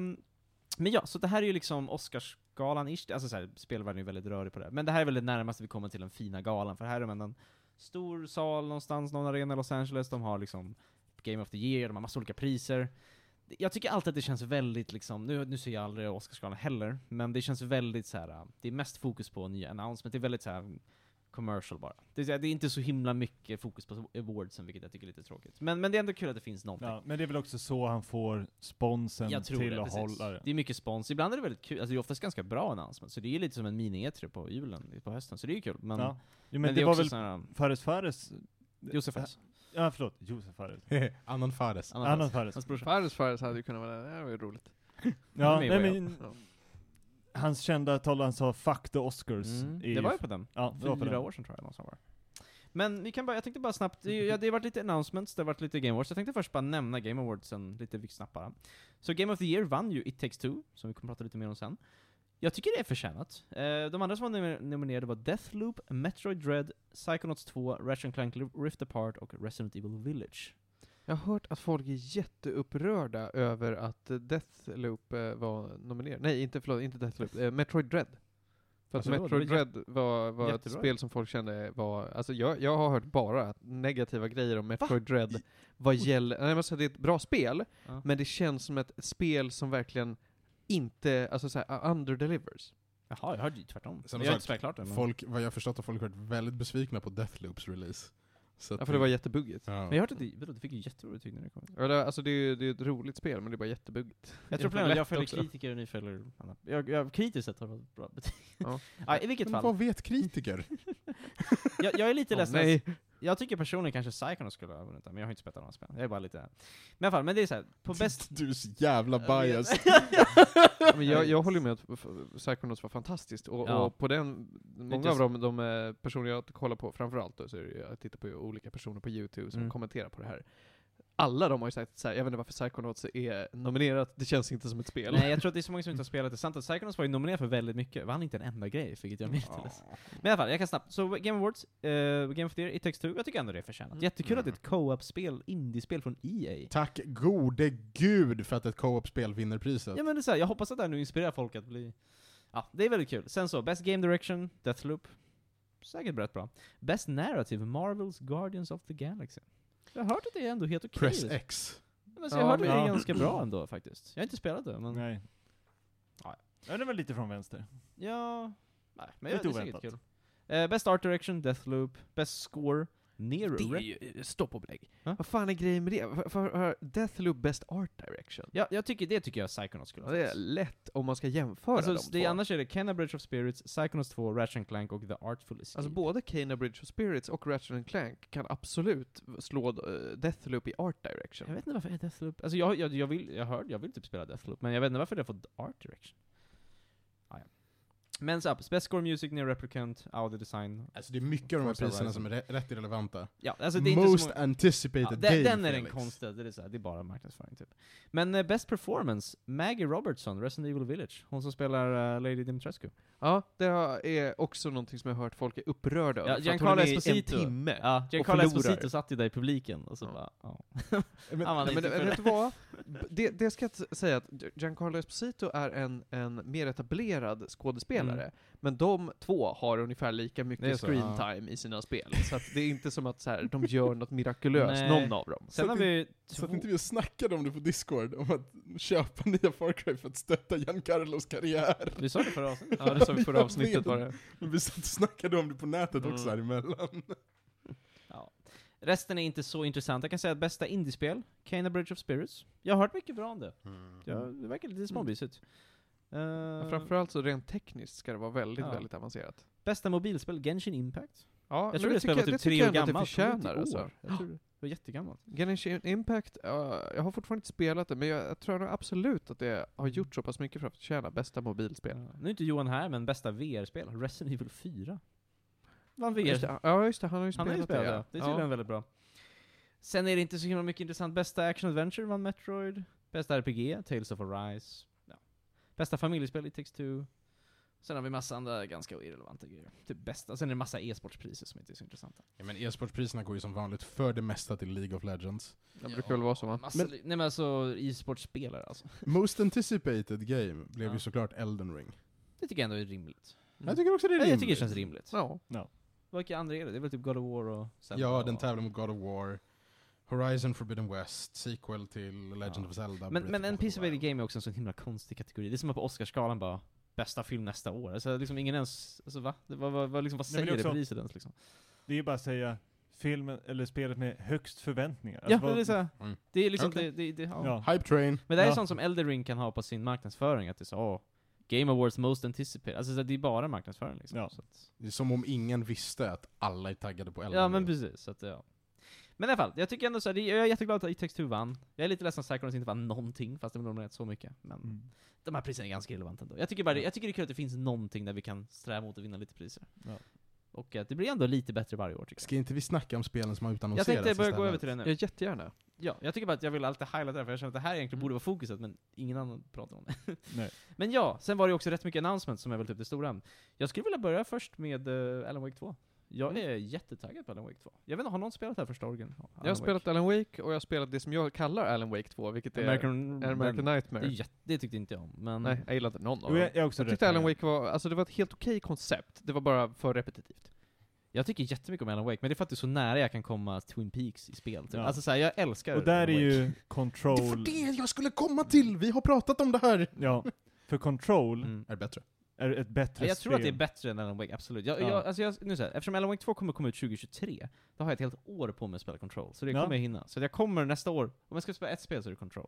Men ja, så det här är ju liksom Oscarsgalan-ish. Alltså så här, spelvärlden är väldigt rörig på det. Men det här är väl det närmaste vi kommer till den fina galan. För här är man en stor sal någonstans, någon arena i Los Angeles. De har liksom Game of the Year, de har massa olika priser. Jag tycker alltid att det känns väldigt liksom, nu ser jag aldrig Oscarsgalan heller, men det känns väldigt så här. Det är mest fokus på nya announcement. Det är väldigt så här commercial bara. Det är inte så himla mycket fokus på awardsen, vilket jag tycker är lite tråkigt. Men det är ändå kul att det finns någonting. Ja, men det är väl också så han får sponsen till att hålla det. Det är mycket spons. Ibland är det väldigt kul. Alltså det är oftast ganska bra announcement. Så det är ju lite som en mini-E3 på julen, på hösten. Så det är ju kul. Men, Ja. Jo, men men det var också väl sån Fares... Josef Fares. Ja, förlåt. Josef Fares. Annan Fares. Annan Fares. Hans brorsa. Fares hade ju kunnat vara det var ju roligt. Ja, med nej, var men Ja. hans kända tal, han sa 'fuck the Oscars' Det var ju på den. Ja, det var på 4 den. år sedan tror jag någonstans var. Men vi kan bara, jag tänkte bara snabbt, det har varit lite announcements, det har varit lite Game Awards. Jag tänkte först bara nämna Game Awardsen lite snabbt bara. Så Game of the Year vann ju It Takes Two, som vi kommer prata lite mer om sen. Jag tycker det är förtjänat. De andra som var nominerade var Deathloop, Metroid Dread, Psychonauts 2, Ratchet & Clank Rift Apart och Resident Evil Village. Jag har hört att folk är jätteupprörda över att Deathloop var nominerad. Nej, inte Deathloop. Metroid Dread. För att Alltså, Metroid det var Dread var ett jättebra. spel som folk kände var... Alltså jag har hört bara negativa grejer om Metroid Dread vad gäller... Nej, men så det är ett bra spel, Ja. men det känns som ett spel som verkligen inte... Alltså såhär, underdelivers. Jaha, jag hörde ju tvärtom. Som Jag har sagt, inte spelat klart det. Men Folk, vad jag har förstått har folk varit väldigt besvikna på Deathloops release. Så att Ja, för det var jättebuggigt. ja. jag har hört att det fick ju jättebra betyg när det kom. Ja, alltså det är ett roligt spel, men det är bara jättebuggigt. Jag tror Det är problemet är att jag lätt följer också. kritiker och ni följer annat. Jag kritiskt sett har det varit bra betyg. Ja. Ja, i vilket Men fall. vad vet kritiker? Jag är lite Åh, ledsen. nej. Jag tycker personligen kanske Psychonauts skulle ha vunnit det, men jag har inte spelat alla spel. Jag är bara lite... Men i alla fall, men det är så här, på bäst... Du är så jävla biased. Ja, men jag håller med att Psychonauts var fantastiskt, och, Ja. och på den, många av de personer jag kollar på, framförallt då, så är det, jag tittar på olika personer på YouTube som kommenterar på det här. Alla de har ju sagt såhär, jag vet inte varför Psychonauts är nominerat, det känns inte som ett spel. Nej, jag tror att det är så många som inte har spelat det. Sant att Psychonauts var ju nominerad för väldigt mycket. Vann inte en enda grej, vilket jag minns. Men i alla fall, jag kan snabbt. Så Game Awards, Game of the Year, It Takes Two, jag tycker ändå det är förtjänat. Jättekul att det är ett co-op-spel, indiespel från EA. Tack gode gud för att ett co-op-spel vinner priset. Ja, men det är så här, jag hoppas att det här nu inspirerar folk att bli... Ja, det är väldigt kul. Sen så, Best Game Direction, Deathloop. Säkert rätt bra. Best Narrative, Marvel's Guardians of the Galaxy. Jag har hört att det är ändå helt okej. Press X. Men så jag har hört att det men- är ganska bra ändå faktiskt. Jag har inte spelat det, men... Nej. Ja. Ja, det var lite från vänster. Ja... Nej, men Lite det är säkert oväntat. kul. Best Art Direction, Deathloop. Best Score, Nero. Det är ju stopp och belägg. Ja. Vad fan är grejen med det? För Deathloop Best Art Direction? Ja, det tycker jag Psychonauts skulle Ja, ha det är fått. lätt om man ska jämföra Alltså, de det är, två. annars är det Kena Bridge of Spirits, Psychonauts 2, Ratchet & Clank och The Artful Escape. Alltså både Kena Bridge of Spirits och Ratchet & Clank kan absolut slå Deathloop i Art Direction. Jag vet inte varför är Deathloop... Alltså jag vill typ spela Deathloop, men jag vet inte varför det har fått Art Direction. Ah, ja. Men så, Best Score Music, Near Replicant, Audio Design. Alltså det är mycket av de här Forza priserna Horizon. som är rätt irrelevanta. Ja, alltså det är inte Most så många... anticipated Ja, game, den är den Felix. konstiga, det är, så här, det är bara marknadsföring typ. Men Best Performance, Maggie Robertson, Resident Evil Village. Hon som spelar Lady Dimitrescu. Ja, det är också någonting som jag har hört folk är upprörda över. Ja, för att Giancarlo hon är med i Esposito. en timme Ja, och Giancarlo förlorar. Esposito satt ju där i publiken, och så Ja. bara... Ja. Men, Han var Nej, lite men för vet du vad? Det ska jag säga att Giancarlo Esposito är en mer etablerad skådespelare, men de två har ungefär lika Det är mycket så, screen ja. time i sina spel. Så att det är inte som att så här, de gör något mirakulöst, Nej. någon av dem. Sen har vi... så att inte vi snackade om det på Discord, om att köpa nya Far Cry för att stötta Giancarlos karriär. Vi sa det förra avsnittet. Ja, det sa vi förra Jag avsnittet vet. var det. Men vi satt och snackade om det på nätet också Mm. här emellan. Ja. Resten är inte så intressant. Jag kan säga att bästa indiespel, Kena Bridge of Spirits. Jag har hört mycket bra om det. Ja, det verkar lite småbysigt. Ja, framförallt så rent tekniskt ska det vara väldigt, Ja. väldigt avancerat. Bästa mobilspel, Genshin Impact. Ja, Jag tror men det spelet var typ 3 år tycker jag ändå gammalt. att det förtjänar Det var alltså. år. Jag tror det var jättegammalt. Genshin Impact, jag har fortfarande inte spelat det, men jag tror nog absolut att det har gjort så pass mycket för att förtjäna bästa mobilspel. Ja. Nu är inte Johan här, men bästa VR-spel, Resident Evil 4. Vann VR. Just det, ja just det, han har ju Han har ju spelat spelat det. det. Det är tydligen väldigt bra. Sen är det inte så himla mycket intressant. Bästa Action Adventure vann Metroid. Bästa RPG, Tales of Arise. Ja. Bästa familjespel, It Takes Two. Sen har vi massa andra ganska irrelevanta grejer. Typ bästa. Sen är det massa e-sportspriser som inte är så intressanta. Ja, men e-sportspriserna går ju som vanligt för det mesta till League of Legends. Det brukar väl vara så, va? Nej men alltså e-sportspelare alltså. Most anticipated game blev ju såklart Elden Ring. Det tycker jag ändå är rimligt. Jag tycker också det är rimligt. Jag tycker det känns rimligt. Ja. Vilka andra är det? Det är väl typ God of War och Zelda. Ja, och... den tävlar mot God of War. Horizon Forbidden West, sequel till Legend of Zelda. Men en piece of game är också en sån himla konstig kategori. Det är som att på Oscarsgalan bara bästa film nästa år. Alltså liksom ingen ens, alltså va? Vad säger det priset ens liksom? Det är bara att säga filmen eller spelet med högst förväntningar. Ja, Alltså, det är så. Mm. Det är liksom Okay. Ja. Hype train. Men det är sånt som Elden Ring kan ha på sin marknadsföring, att det är så, Game Awards most anticipated. Alltså så det är bara marknadsföring liksom. Ja. Så att, Det är som om ingen visste att alla är taggade på Elden ja Ring. men precis, så att ja. Men i alla fall, jag tycker ändå så här, jag är jätteglad att It Takes Two vann. Jag är lite ledsen att Psychonauts inte vann någonting, fast det var nog rätt så mycket. Men de här priserna är ganska relevanta ändå. Jag tycker det är kul att det finns någonting där vi kan sträva mot att vinna lite priser. Ja. Och att det blir ändå lite bättre varje år tycker jag. Ska inte vi snacka om spelen som har Jag utannonserats tänkte börja gå istället? över till det nu. Ja, jättegärna. Ja, jag tycker bara att jag vill alltid highlighta det, för jag känner att det här egentligen borde vara fokuset, men ingen annan pratar om det. Nej. Men ja, sen var det också rätt mycket announcements som är väl typ det stora. Jag skulle vilja börja först med Alan Wake 2. Jag är jättetaggad på Alan Wake 2. Jag vet inte, har någon spelat det här första orgen? Jag har spelat Alan Wake, och jag har spelat det som jag kallar Alan Wake 2, vilket är American Nightmare. Det tyckte inte jag om, men... Nej, jag gillade inte någon av Jo, dem. jag är också Jag tyckte Alan Wake var, alltså det var ett helt okej koncept, det var bara för repetitivt. Jag tycker jättemycket om Alan Wake, men det är för att det är så nära jag kan komma Twin Peaks i spel. Typ. Ja. Alltså såhär, jag älskar Och där är Alan Wake. ju Control... Det var det jag skulle komma till! Vi har pratat om det här! Ja, för Control Mm. Är det bättre? är ett bättre Jag spel. tror att det är bättre än Alan Wake, absolut. Ja. Nu så här, eftersom Alan Wake 2 kommer komma ut 2023, då har jag ett helt år på mig att spela Control. Så det Ja. kommer jag hinna. Så jag kommer nästa år, om jag ska spela ett spel så är det Control.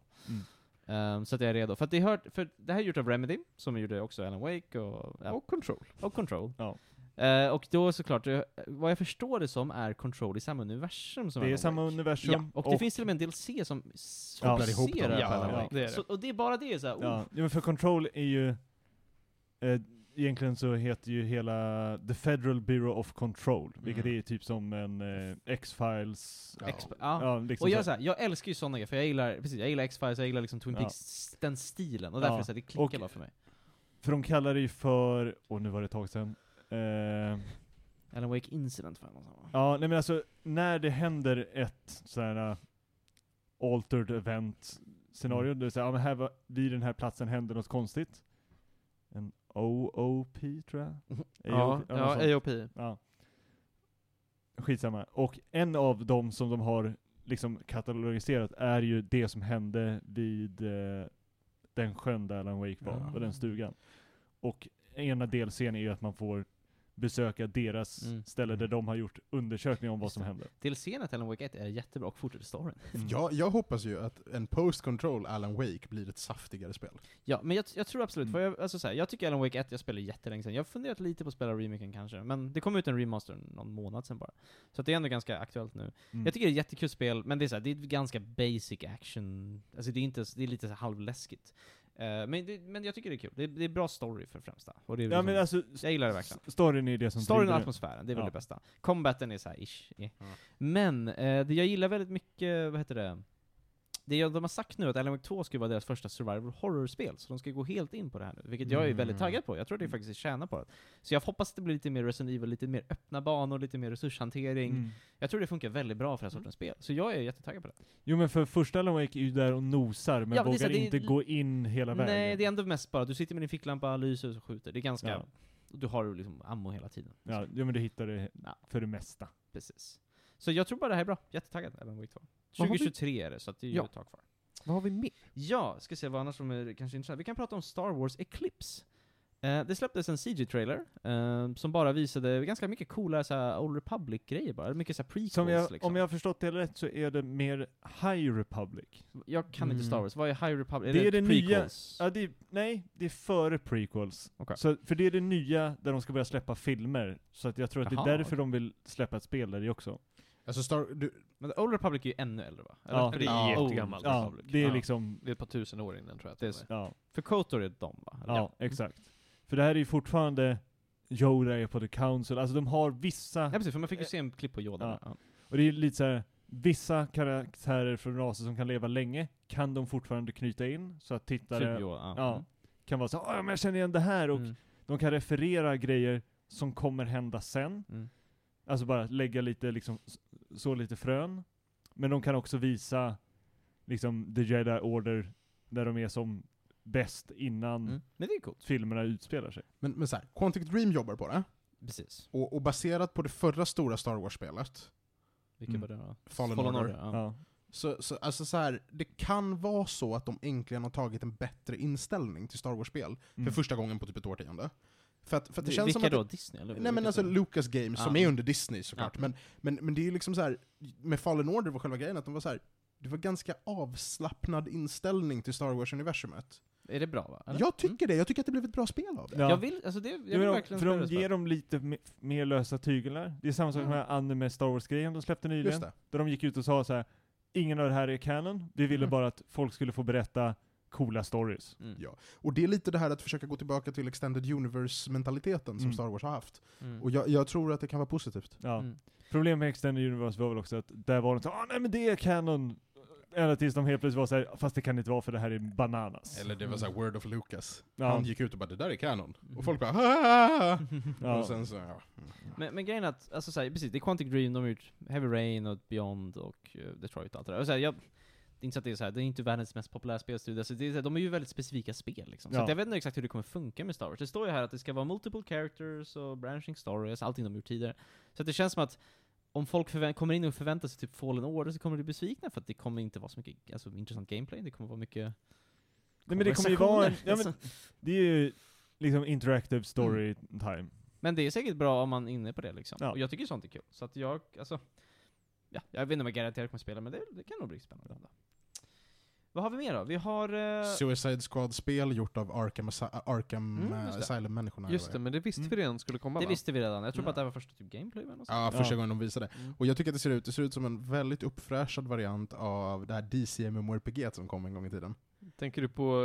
Mm. Så att jag är redo. För att för det här är gjort av Remedy, som gjorde också Alan Wake och... Ja, Och Control. och Control. Ja. Och då såklart, vad jag förstår det som är Control i samma universum som Det är Alan samma Wake. universum. Ja, och det finns till och med en DLC som Kopplar ihop dem. fokuserar Ja, på Alan ja, Wake. det är det. Så, och det är bara det så här, Ja, men för Control är ju... egentligen så heter ju hela The Federal Bureau of Control, vilket är typ som en X-Files... Ja. Ja. liksom Och så. jag älskar ju sådana grejer, för jag gillar X-Files, jag gillar liksom Twin Ja. Peaks, den stilen, och därför är det så här, det klickar Och- bara för mig. För de kallar det ju för... nu var det ett tag sedan. Alan Wake Incident för något. Ja, nej men alltså, när det händer ett sådär altered event scenario, det är såhär, ja men vid den här platsen händer något konstigt. En OOP tror jag. Ja, något sånt. AOP. Ja. Skitsamma. Och en av dem som de har liksom katalogiserat är ju det som hände vid den sjön där Alan Wake var, Ja. och den stugan. Och ena delscenen är ju att man får besöka deras ställe där de har gjort undersökningar om vad som hände. DLC:n till Alan Wake 1 är jättebra och fortsätter storyn. Jag hoppas ju att en post-control Alan Wake blir ett saftigare spel. Ja, men jag tror absolut, för alltså så här, jag tycker Alan Wake 1, jag spelade jättelänge sedan. Jag har funderat lite på att spela remaken kanske, men det kom ut en remaster någon månad sedan bara. Så att det är ändå ganska aktuellt nu. Jag tycker det är ett jättekul spel, men det är så här, det är ett ganska basic action. Alltså det är lite så här halvläskigt. Men jag tycker det är kul. Det är bra story för det främsta. Och det är Ja liksom, men alltså, jag gillar det verkligen. storyn är det som Storyn och driver det. atmosfären, det är väl Ja. det bästa. Combaten är så här ish. Ja. Men det jag gillar väldigt mycket, vad heter det? De har sagt nu att Alan Wake 2 ska vara deras första survival horror-spel, så de ska gå helt in på det här nu, vilket jag är väldigt taggad på. Jag tror det faktiskt är tjäna på det. Så jag hoppas att det blir lite mer Resident Evil, lite mer öppna banor, lite mer resurshantering. Jag tror det funkar väldigt bra för den här sortens spel, så jag är jättetaggad på det. Jo men för första Alan Wake är ju där och nosar, men Ja, men det är vågar så, det är- inte gå in hela vägen. Nej, det är ändå mest bara, du sitter med din ficklampa, lyser och skjuter. Det är ganska, Ja. du har liksom ammo hela tiden. Ja, men du hittar det Ja. för det mesta. Precis. Så jag tror bara det här är bra. Jättetaggad, Alan Wake 2. Vad har vi? 2023 är det, så att det är ju Ja. ett tag kvar. Vad har vi mer? Ja, ska se vad annars som är kanske intressant. Vi kan prata om Star Wars Eclipse. Det släpptes en CG-trailer som bara visade ganska mycket coola såhär Old Republic-grejer bara. Mycket såhär prequels Som liksom. om jag har förstått det rätt så är det mer High Republic. Jag kan inte Star Wars. Vad är High Republic? Det är det nya- prequels? Ja, det är före prequels. Okej. Så, för det är det nya där de ska börja släppa filmer. Så att jag tror att det Jaha, är därför de vill släppa ett spel där i också. Alltså Men Old Republic är ju ännu äldre va? Ja. Eller? Det är Ja, jättegammalt. Old Ja, Republic. det är Ja. liksom... Det är ett par tusen år innan tror jag att Det är det så. är. Ja, För KOTOR är de va? Eller? ja, exakt. För det här är ju fortfarande Yoda är på The Council. Alltså de har vissa... Ja precis, för man fick ju se en klipp på Yoda. Ja. Ja. Och det är lite så här, vissa karaktärer från raser som kan leva länge kan de fortfarande knyta in. Så att tittare Typ Yoda. ja, kan vara så ja men jag känner igen det här. Och Mm. de kan referera grejer som kommer hända sen. Alltså bara lägga lite liksom så lite frön. Men de kan också visa liksom The Jedi Order där de är som bäst innan Men det är coolt. filmerna utspelar sig. Men så här, Quantic Dream jobbar på det. Precis. Och baserat på det förra stora Star Wars-spelet, Vilket var det då? Fallen Order. Ja. Så, alltså så här, det kan vara så att de äntligen har tagit en bättre inställning till Star Wars-spel för första gången på typ ett årtionde. För att det känns som Vilka att då? Disney? Eller nej men alltså Lucas Games som är under Disney såklart. Ja. Men det är ju liksom så här, med Fallen Order var själva grejen att de var så här, det var ganska avslappnad inställning till Star Wars-universumet. Är det bra va? Eller? Jag tycker det, jag tycker att det blev ett bra spel av det. Ja. Jag vill, alltså det, jag vill Ja, verkligen för de spela det ger dem lite mer lösa tyglar. Det är samma sak med anime Star Wars-grejen de släppte nyligen. Just det. Där de gick ut och sa så här: ingen av det här är canon. Vi ville bara att folk skulle få berätta coola stories. Ja. Och det är lite det här att försöka gå tillbaka till Extended Universe-mentaliteten som Star Wars har haft. Och jag tror att det kan vara positivt. Ja. Problemet med Extended Universe var väl också att där var de så nej men det är canon. Ända tills de helt plötsligt var så här, fast det kan inte vara för det här är bananas. Eller det var så här Word of Lucas. Ja. Han gick ut och bara, det där är canon. Och folk bara, Haha! Ja. Och sen så, ja. Men grejen är att, alltså såhär, precis, det är Quantic Dream, de har gjort Heavy Rain och Beyond och Detroit och allt det där. Och såhär, det är inte så att det är såhär, det är inte världens mest populära spelstudio, alltså det är, de är ju väldigt specifika spel liksom. Så Ja. att jag vet inte exakt hur det kommer funka med Star Wars. Det står ju här att det ska vara multiple characters och branching stories, allting de gjort tidigare. Så att det känns som att om folk kommer in och förväntar sig typ Fallen Order så kommer de bli besvikna för att det kommer inte vara så mycket alltså, intressant gameplay, det kommer vara mycket Nej men det kommer ju vara, ja, men, alltså. det är ju liksom interactive story time. Men det är säkert bra om man är inne på det liksom. Ja. Och jag tycker sånt är kul. Så att jag, alltså, ja, jag vet inte om jag garanterat kommer spela, men det kan nog bli spännande. Vad har vi mer då? Vi har... Suicide Squad-spel gjort av Arkham just det. Asylum-människorna. Just det, men det visste vi redan skulle komma det va? visste vi redan. Jag tror bara att det här var första typ gameplay eller något sånt. Ja, första gången de visade. Mm. Och jag tycker att det ser ut som en väldigt uppfräschad variant av det här DC MMORPG som kom en gång i tiden. Tänker du på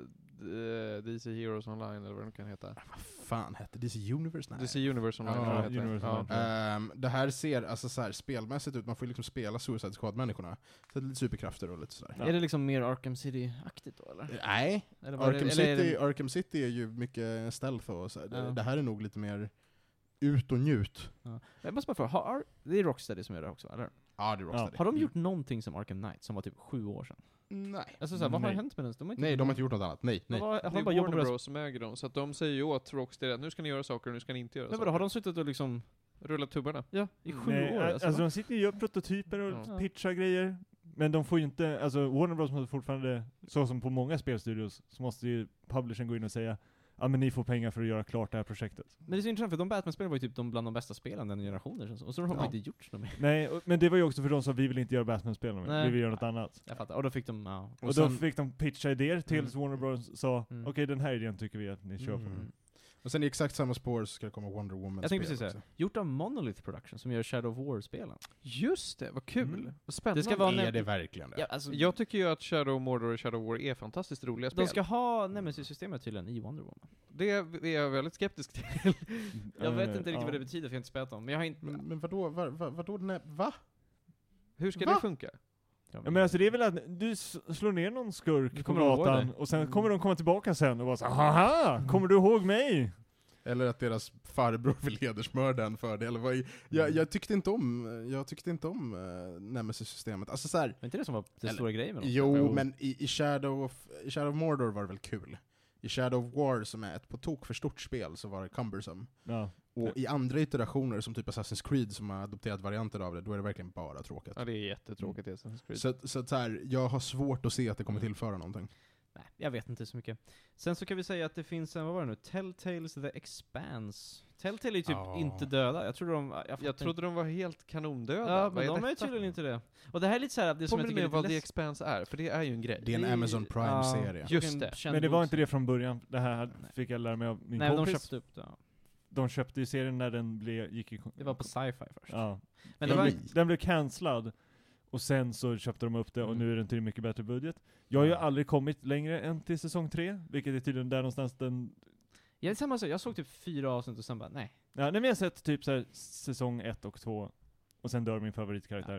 DC Heroes Online eller vad det kan heta? Vad fan hette DC Universe? Nej. DC Universe Online Ja, tror jag det heter. Universe Ja. Online. Det här ser alltså så här spelmässigt ut, man får ju liksom spela Suicide Squad-människorna. Så det är lite superkrafter och lite sådär. Ja. Är det liksom mer Arkham City-aktigt då eller? Nej, Eller var Arkham, det, eller är City, det, Arkham City är ju mycket stealth och så här. Ja. Det här är nog lite mer ut och njut. ja. Jag måste bara fråga, det är Rocksteady som gör det också eller? Ja, det är Rocksteady. Har de gjort någonting som Arkham Knight som var typ 7 år sedan? Nej. Alltså såhär, vad har Nej. hänt med den? De har inte Nej, de har inte gjort något annat. Nej. Har Det de är bara jobbat Warner med det? Bros som äger dem, så att de säger ju åt Rocksteady att nu ska ni göra saker och nu ska ni inte göra Men vadå, saker. har de suttit och liksom, Rulla tubbarna. ja, i 7 Nej, år? alltså va? de sitter ju och gör prototyper och Ja. pitchar grejer. Men de får ju inte, alltså Warner Bros måste fortfarande, så som på många spelstudios, så måste ju publishern gå in och säga ja men ni får pengar för att göra klart det här projektet. Men det är så intressant för de Batman-spelen var ju typ bland de bästa spelen den generationen känns det som. Och så har de Ja. inte gjort något mer. Nej, men det var ju också för de som vi vill inte göra Batman-spel mer. Nej. Vi vill göra något annat. Jag fattar. Och då fick de, ja. Och då sen- fick de pitcha idéer tills Warner Bros sa Mm. okej, den här idén tycker vi att ni kör på. Mm. Och sen i exakt samma spår så ska det komma Wonder Woman. Jag tänkte precis säga, gjort av Monolith Production som gör Shadow of War-spelen. Just det, vad kul. Mm. Vad spännande. Det ska vara Är det verkligen det? Ja, alltså, Jag tycker ju att Shadow of Mordor och Shadow of War är fantastiskt roliga spel. de ska ha Nemesis-systemet tydligen i Wonder Woman. Det är jag väldigt skeptisk till. Jag vet inte riktigt Ja. vad det betyder för jag har inte spelat dem. Men jag har inte... Men vadå, vadå, va? Hur ska Va? det funka? Ja, men alltså det är väl att du slår ner någon Du skurk på kommer ihåg gatan det. och sen kommer de komma tillbaka sen och vara så haha, kommer du ihåg mig? Eller att deras farbror vill hedersmörda en för det, eller vad jag tyckte inte om Nemesis-systemet. Alltså så här, Var inte det som var det Eller- stora grejen med dem? jo, men i Shadow of Mordor var det väl kul. I Shadow of War, som är ett på tok för stort spel, så var det cumbersome. Ja. Och i andra iterationer, som typ Assassin's Creed, som har adopterat varianter av det, då är det verkligen bara tråkigt. Ja, det är jättetråkigt i Assassin's Creed. Så här, jag har svårt att se att det kommer tillföra någonting. Nej, jag vet inte så mycket. Sen så kan vi säga att det finns en, vad var det nu? Telltales The Expanse. Telltale är typ Ja. inte döda. Jag trodde de... Jag trodde de var helt kanondöda. Ja, Vad men de är detta? tydligen inte det. Och det här är lite såhär, det som jag Påminner tycker är mig vad lite The läskigt. Expanse är, för det är ju en grej. Det är en Amazon Prime-serie. Just det. Men det var inte det från början. Det här fick jag lära mig av min Nej, de kompis. köpte upp det. Ja. De köpte ju serien när den gick i... Det var på sci-fi först. Ja. Men det var... Den blev cancellad. Och sen så köpte de upp det och nu är den till mycket bättre budget. Jag har ju aldrig kommit längre än till säsong 3, vilket är tydligen där någonstans den... Ja, det är samma sak. Jag såg typ 4 avsnitt och sen bara, nej. Ja, nej, men jag har sett typ så här, säsong 1 och 2 och sen dör min favoritkaraktär.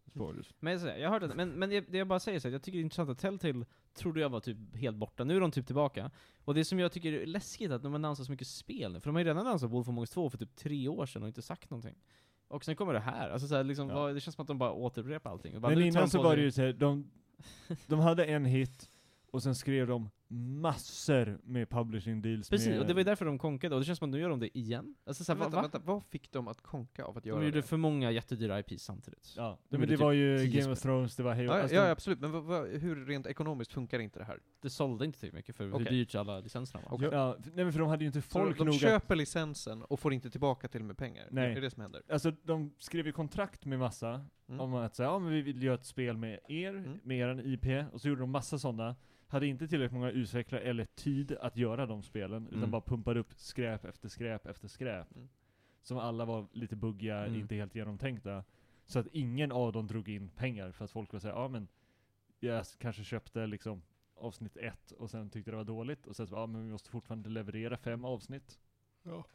Spoilers. Men jag hörde det, men det jag bara säger så här, jag tycker det är intressant att Telltale trodde jag var typ helt borta. Nu är de typ tillbaka. Och det som jag tycker är läskigt att de annonsar så mycket spel nu. För de har ju redan annonsat Wolf Among Us 2 för typ 3 år sedan och inte sagt någonting. Och sen kommer det här. Alltså så här, liksom, det känns som att de bara återupprepar allting. Och bara, Men nu tar innan de så på var sig- det ju såhär, de hade en hit, och sen skrev de massor med publishing deals. Precis, med, och det var ju därför de konkade. Och det känns som att nu gör de det igen. Alltså så här, Vänta, vad fick de att konka av att göra De gjorde det? för många jättedyra IPs samtidigt. Ja, De men gjorde det var typ ju 10 Game of spel. Thrones, det var Halo. Ja, Alltså, ja, absolut. Men hur rent ekonomiskt funkar inte det här? Det sålde inte tillräckligt mycket för hur Okej. dyrt alla licenserna var. Okej. ja, nej men för de hade ju inte Så folk de nog att, köper licensen och får inte tillbaka till med pengar? Nej. Det är det som händer? alltså de skrev ju kontrakt med massa, om att säga, ja men vi vill göra ett spel med er, med eran IP, och så gjorde de massa sådana. Hade inte tillräckligt många utvecklare eller tid att göra de spelen, utan bara pumpade upp skräp efter skräp efter skräp. Som alla var lite buggiga, inte helt genomtänkta. Så att ingen av dem drog in pengar, för att folk var säga, ja men jag kanske köpte liksom avsnitt 1 och sen tyckte det var dåligt, och sen så, ja men vi måste fortfarande leverera 5 avsnitt. Ja.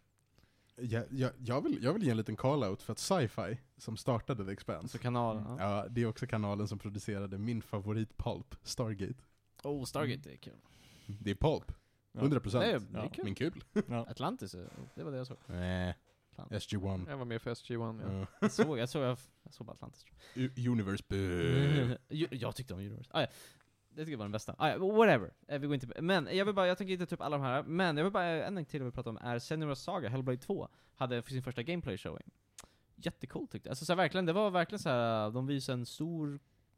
Jag vill ge en liten call-out för att Sci-Fi, som startade The Expanse, Så kanalen, ja. ja, det är också kanalen som producerade min favorit pulp, Stargate. Oh, Stargate, det är kul. Det är pulp. Ja. 100%. Det är Ja. kul. Men kul. Atlantis, det var det jag såg. SG-1. Jag var med för SG-1, ja. Ja. Jag såg bara Atlantis, tror Universe. jag tyckte om Universe. Det tycker jag var den bästa. Whatever. Vi går inte. Men jag tänker inte ta upp alla de här, men jag vill bara, en till jag vill prata om är Senua's Saga, Hellblade 2, hade för sin första gameplay showing. Jättecool tyckte jag. Alltså så här, verkligen, det var verkligen så här, de visade en stor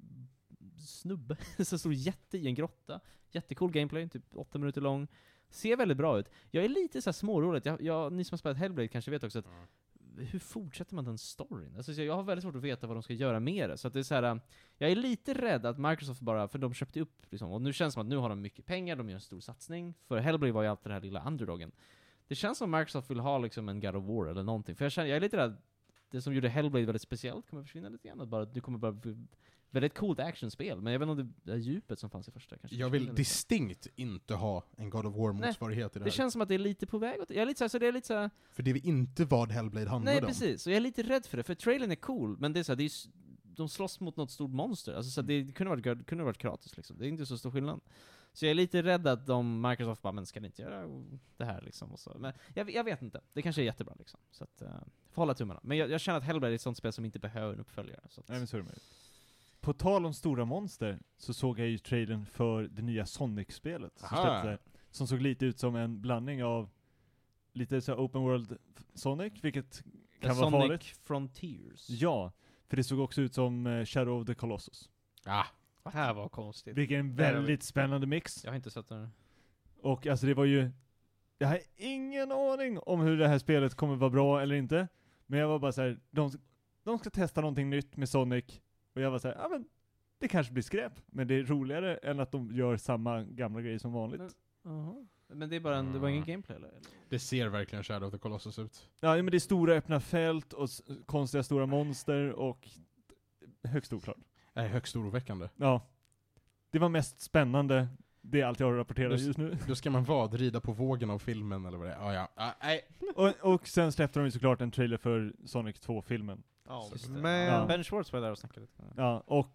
snubbe, så stor jätte i en grotta. Jättecool gameplay, typ 8 minuter lång. Ser väldigt bra ut. Jag är lite så här småroligt. Ni som har spelat Hellblade kanske vet också att hur fortsätter man den storyn? Alltså, jag har väldigt svårt att veta vad de ska göra med det. Så att det är så här, jag är lite rädd att Microsoft bara, för de köpte upp liksom, och nu känns det som att nu har de mycket pengar, de gör en stor satsning. För Hellblade var ju alltid den här lilla underdogen. Det känns som att Microsoft vill ha liksom en God of War eller någonting. För jag är lite rädd, det som gjorde Hellblade väldigt speciellt kommer försvinna lite grann. Det kommer bara bli väldigt coolt actionspel, men jag vet inte om det är djupet som fanns i första kanske. Jag vill distinkt inte ha en God of War-motsvarighet i det Det här. känns som att det är lite på väg åt. Jag är lite så det är lite så här. För det är inte vad Hellblade handlade Nej, om. precis. Och jag är lite rädd för det, för trailern är cool, men det är så här, de slåss mot något stort monster. Alltså så det kunde varit Kratos liksom. Det är inte så stor skillnad. Så jag är lite rädd att Microsoft bara, men ska ni inte göra det här liksom? Och så. Men jag vet inte. Det kanske är jättebra liksom. Så att, får hålla tummarna. Men jag känner att Hellblade är ett sånt spel som inte behöver en uppföljare. Så att, Nej men så är det med. På tal om stora monster, så såg jag ju trailern för det nya Sonic-spelet. Som Aha. släppte, som såg lite ut som en blandning av lite så här open world Sonic, vilket kan vara Sonic farligt. Frontiers. Ja, för det såg också ut som Shadow of the Colossus. Det här var konstigt. Vilket är en väldigt spännande mix. Jag har inte sett den. Och alltså det var ju, jag har ingen aning om hur det här spelet kommer vara bra eller inte. Men jag var bara så här, de ska testa någonting nytt med Sonic. Och jag var så här, ja men det kanske blir skräp. Men det är roligare än att de gör samma gamla grejer som vanligt. Men det är bara det var ingen gameplay eller? Det ser verkligen Shadow of the Colossus ut. Ja men det är stora öppna fält och konstiga stora monster och högst oklart. Det är högst oroväckande. Ja. Det var mest spännande. Det är allt jag har rapporterat just nu. Då ska man rida på vågen av filmen eller vad det är. Nej. Och sen släppte de ju såklart en trailer för Sonic 2-filmen. Ja, Men Ja. Ben Schwartz var där och snackade lite. Ja, och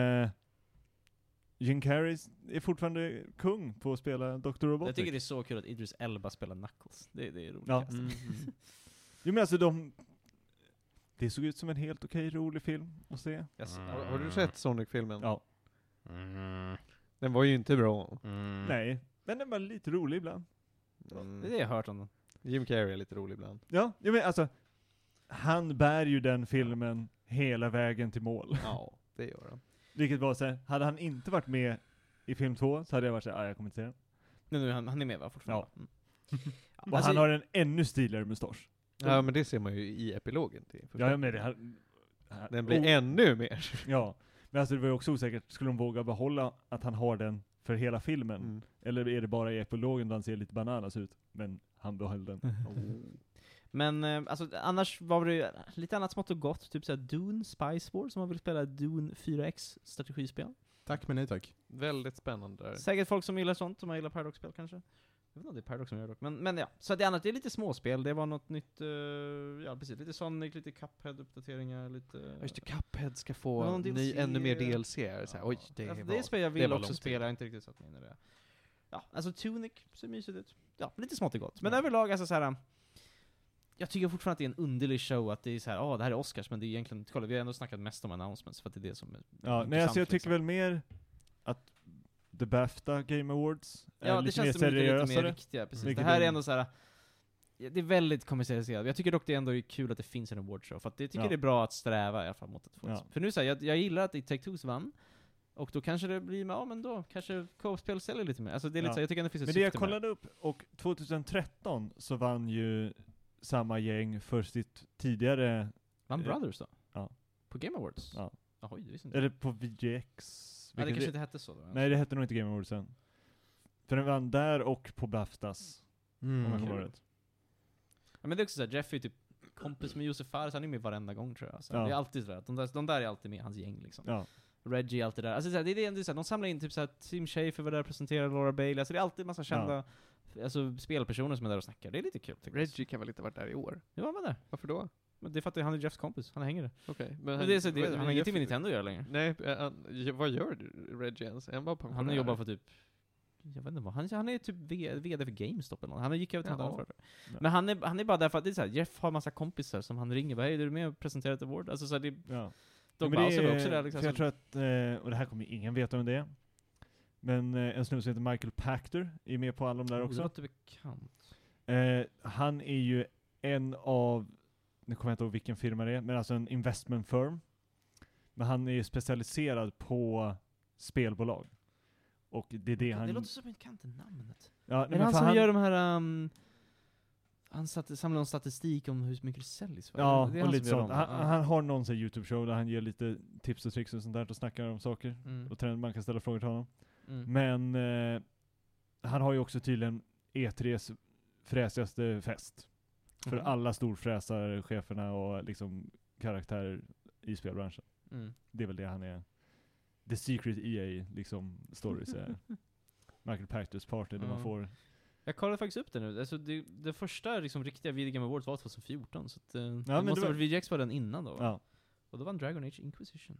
Jim Carrey är fortfarande kung på att spela Dr. Robotnik. Jag tycker det är så kul att Idris Elba spelar Knuckles. Det är roligt. Ja. Alltså. Jo men alltså det såg ut som en helt okej rolig film att se. Yes. Har du sett Sonic-filmen? Ja. Den var ju inte bra. Nej, men den var lite rolig ibland. Det är det jag har hört om den. Jim Carrey är lite rolig ibland. Ja, men alltså han bär ju den filmen hela vägen till mål. Ja, det gör han. Vilket var så här, hade han inte varit med i film 2 så hade jag varit så här, jag kommer inte se den. Nu, han är med va, fortfarande? Ja. Ja. Och han har en ännu stiligare mustasch. Ja, men det ser man ju i epilogen till första. Ja, men det här, Den blir ännu mer. Ja, men alltså det var ju också osäkert, skulle de våga behålla att han har den för hela filmen? Eller är det bara i epilogen där han ser lite bananas ut? Men han behöll den. Men alltså, annars var det lite annat smått och gott, typ såhär Dune Spice War, som man vill spela Dune 4X strategispel. Tack men nej tack. Väldigt spännande där. Säkert folk som gillar sånt, som gillar Paradox-spel kanske. Jag vet inte om det är Paradox som gör det dock. Men ja, så det annat, det är lite småspel. Det var något nytt, ja precis, lite Sonic, lite Cuphead-uppdateringar, lite... Just det, Cuphead ska få Ja, DLC. ännu mer DLC. Så här, oj, det alltså, var... det är spel jag det vill var också lång spela, tid. jag har inte riktigt satt mig in i det. Ja, alltså Tunic ser mysigt ut. Ja, lite smått och gott. Men överlag, alltså såhär... Jag tycker fortfarande att det är en underlig show, att det är såhär, det här är Oscars, men det är egentligen, kolla, vi har ändå snackat mest om announcements, för att det är det som är Nej, alltså jag tycker väl mer att The BAFTA Game Awards är ja, det lite känns mer som lite mer seriösare. riktiga, precis. Vilket Det här är är- ändå såhär, det är väldigt kommersialiserat. Jag tycker dock det är ändå kul att det finns en awardshow, för att det tycker det är bra att sträva i alla fall mot att få Ja. För nu säger jag gillar att Take-Two's vann, och då kanske det blir, ja men då kanske co-spel säljer lite mer. Alltså det är lite Ja. så, jag tycker ändå det finns ett Men det jag syfte med kollade upp, och 2013 så vann ju samma gäng för sitt tidigare, Vann Brothers då? Ja. På Game Awards? Ja. Jaha, det visste inte. eller på VGX. Ja, det vilket kanske inte hette så då. Nej, det hette nog inte Game Awards sen. För den vann där och på BAFTAs, om jag kommer ihåg rätt. Ja, men det är också såhär, Jeff är typ kompis med Josef Fares, han är med varenda gång tror jag. Så Ja. det är alltid sådär, att de där är alltid med i hans gäng liksom. Ja. Reggie, allt det där. Alltså såhär, det är såhär, de samlar in typ såhär, Tim Schafer var där och presenterade, Laura Bailey, alltså det är alltid massa kända alltså, spelpersoner som är där och snackar. Det är lite kul tycker jag. Reggie kan väl inte ha varit där i år? Ja, han var där. Varför då? Men det är för att han är Jeffs kompis, han hänger där. Okej. Men det är så, han har ingenting med Nintendo att göra längre. Nej, vad gör Reggie ens? Är han bara pensionär? Han jobbar för typ, jag vet inte vad, han är typ VD för GameStop eller något. Han gick över till något Jaha. annat företag. Ja. Men han är bara där för att det är såhär, Jeff har massa kompisar som han ringer, bara, hej, är du med och presenterar ett award? Alltså såhär, det Ja. Doug Men det Bowser var är- också där liksom. för jag tror att, och det här kommer ingen veta om det är, men en snubbe som heter Michael Pachter är med på alla de där Det också. låter bekant. Han är ju en av, nu kommer jag inte ihåg vilken firma det är, men alltså en investment firm. Men han är ju specialiserad på spelbolag. Och det är det han... Det låter som jag kan inte namnet. Ja, Är det han som gör de här... han samlar någon statistik om hur mycket det säljs? Va? Ja, det är och han lite som gör sånt. dem, va? Han har någon sån YouTube-show där han ger lite tips och tricks och sånt där och snackar om saker. Mm. Och man kan ställa frågor till honom. Mm. Men han har ju också tydligen E3s fräsigaste fest. För Mhm. alla storfräsare, cheferna och liksom karaktärer i spelbranschen. Mm. Det är väl det han är. The Secret EA liksom stories är. Michael Pachters party där man Ja. får... Jag kollade faktiskt upp det nu. Alltså det första liksom, riktiga Video Game Awards var 2014, så att, det men måste det ha var- varit VGX var den innan då. Ja. Och då vann Dragon Age Inquisition.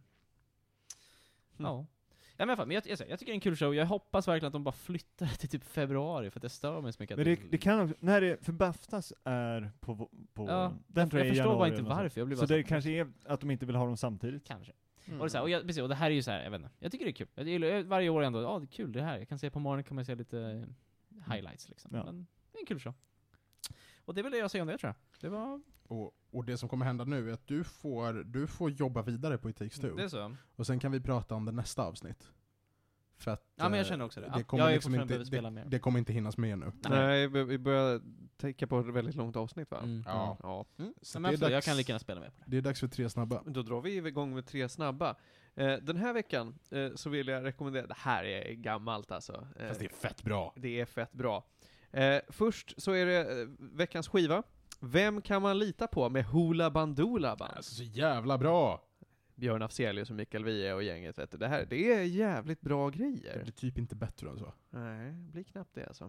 Ja. Ja, men i alla fall, men jag tycker det är en kul show. Jag hoppas verkligen att de bara flyttar det till typ februari, för att det stör mig så mycket. Men att det kan också, när det, för BAFTAs är på Ja, den tror jag är i förstår bara januari inte eller något varför. Jag blir sånt. bara Så det kanske är att de inte vill ha dem samtidigt. Kanske. Mm. Och, det är så här, och, precis, och det här är ju så här, jag vet inte. Jag tycker det är kul. Jag gillar, varje år ändå, det är kul det här. Jag kan se på morgonen, kan man se lite highlights liksom. Ja. Men det är en kul show. Och det är väl det jag säger om det tror jag. Det var... Och det som kommer hända nu är att du får jobba vidare på It Takes Two. Det är så. Och sen kan vi prata om det nästa avsnitt. För att, Ja, men jag känner också det. Ja, kommer jag är liksom fortfarande inte, behöver spela mer. det kommer inte hinnas med nu. Nej, vi börjar tänka på ett väldigt långt avsnitt va? Mm. Ja. Ja. Mm. Så Ja, men det är absolut, jag dags- kan lika gärna spela med på det. Det är dags för 3 snabba. Då drar vi igång med 3 snabba. Den här veckan så vill jag rekommendera, det här är gammalt alltså. Fast det är fett bra. Det är fett bra. Först så är det veckans skiva. Vem kan man lita på med Hoola Bandoola Band? Alltså så jävla bra! Björn Afzelius och Mikael Wiehe och gänget vet du. Det är jävligt bra Det grejer. blir typ inte bättre än så. Nej, det blir knappt det alltså.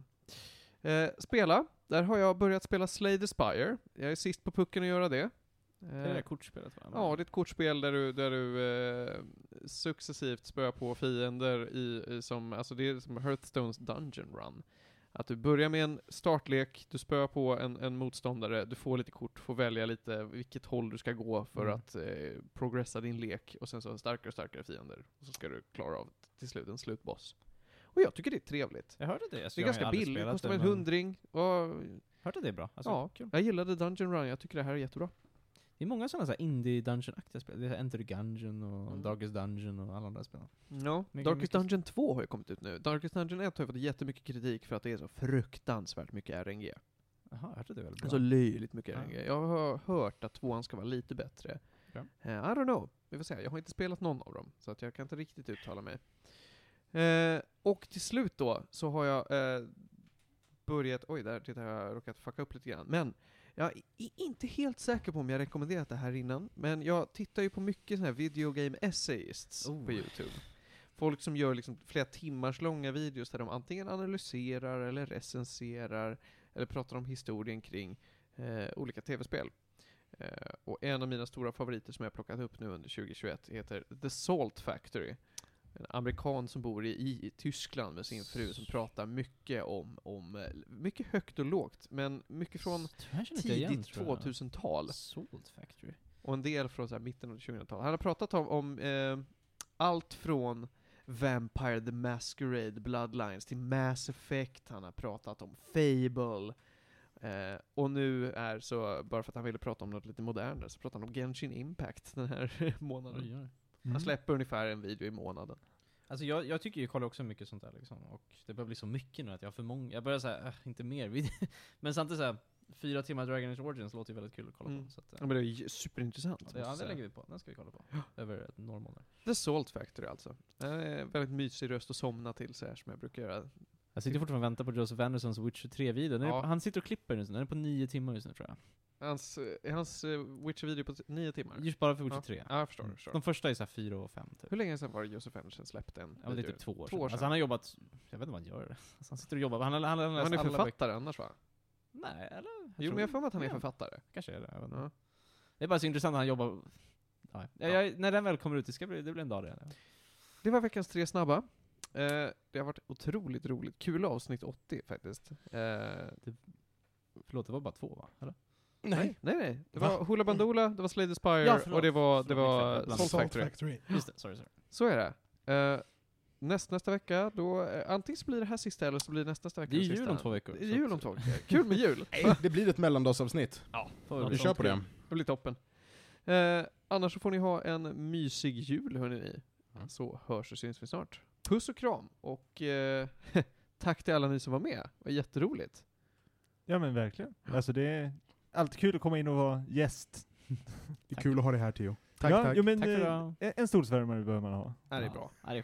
Spela. Där har jag börjat spela Slay the Spire. Jag är sist på pucken att göra det. Det är det där kortspelet va? Ja, det är ett kortspel där du successivt spöar på fiender som, alltså det är som Hearthstones Dungeon Run. Att du börjar med en startlek, du spöar på en motståndare, du får lite kort, får välja lite vilket håll du ska gå för att progressa din lek, och sen så starkare och starkare fiender. Och så ska du klara av till slut en slutboss. Och jag tycker det är trevligt. Jag hörde det. Det är ganska billigt, det kostar väl 100. Och Hörde det är bra. Alltså, ja, kul. jag gillade Dungeon Run, jag tycker det här är jättebra. Det är många sådana så här indie dungeon-aktiga spel. Det är Enter the Gungeon och Mm. Darkest Dungeon och alla de där spelen. Ja, Mycket- Darkest mycket- Dungeon 2 har ju kommit ut nu. Darkest Dungeon 1 har ju fått jättemycket kritik för att det är så fruktansvärt mycket RNG. Jaha, jag hörde det väldigt bra. Alltså löjligt mycket Ja. RNG. Jag har hört att 2an ska vara lite bättre. Ja. I don't know. Vi får se. Jag har inte spelat någon av dem, så att jag kan inte riktigt uttala mig. Och till slut då, så har jag börjat... Oj, där titta, jag har råkat fucka upp lite grann. Men jag är inte helt säker på om jag rekommenderat det här innan. Men jag tittar ju på mycket såna här video game essayists Oh. på YouTube. folk som gör liksom flera timmars långa videos där de antingen analyserar eller recenserar eller pratar om historien kring olika tv-spel. Och en av mina stora favoriter som jag plockat upp nu under 2021 heter The Salt Factory. En amerikan som bor i Tyskland med sin fru som pratar mycket om mycket högt och lågt, men mycket från tidigt 2000-tal. Salt Factory. Och en del från så här mitten av 2000-talet. Han har pratat om allt från Vampire the Masquerade Bloodlines till Mass Effect. Han har pratat om Fable. Och nu är så, bara för att han ville prata om något lite modernare, så pratar han om Genshin Impact den här månaden. Han släpper ungefär en video i månaden. Alltså jag tycker ju kollar också mycket sånt där liksom, och det börjar bli så mycket nu att jag har för många, jag börjar säga inte mer video. Men samtidigt såhär 4 timmar Dragon Age Origins låter ju väldigt kul att kolla på, så att, ja, men det är ju superintressant. ja, det lägger vi på. Den ska vi kolla på över ett normal. The Salt Factory alltså. Väldigt mysig röst att somna till så här som jag brukar göra. Jag sitter fortfarande och väntar på Joseph Andersons Witcher 3-video. Ja. Han sitter och klipper den, den är på 9 timmar just nu tror jag. Hans Witcher-video på 9 timmar? Just bara för Witcher 3. Ja, jag förstår. De första är så här 4 och 5 typ. Hur länge sedan var det Joseph Anderson släppte en? Ja, men det är typ 2 år 2 år sedan. Alltså han har jobbat, jag vet inte vad han gör. Alltså, han sitter och jobbar. Han har Han läst är alla författare annars va? Nej, eller? Jo, men jag får med att han är författare. Kanske är det, jag vet inte. Ja. Det är bara så intressant att han jobbar. När den väl kommer ut, det blir en dag det. Det var veckans 3 snabba. Det har varit otroligt roligt. Kul avsnitt 80 faktiskt. Förlåt, det var bara 2 va? Eller? Nej. Det Va? var Hoola Bandoola, det var Slay the Spire Ja, förlåt. och det var Förlåt, Salt Factory. Just det, sorry. Så är det. Nästa vecka, då antingen så blir det här sista eller så blir det nästa vecka Det är sista. jul om 2 veckor. Det är jul om 2 veckor. Kul med jul. Det blir ett mellandagsavsnitt. Ja, Vi kör på det. Det blir toppen. Annars så får ni ha en mysig jul hörni. Så hörs och syns vi snart. Puss och kram och tack till alla ni som var med. Det var jätteroligt. Ja men verkligen. Alltså det är alltid kul att komma in och vara gäst. Det är kul att ha dig här Theo. Tack, ja, tack. Jo, men, Tack för en stolsvärmare behöver man ha. Det är bra. Ja, det är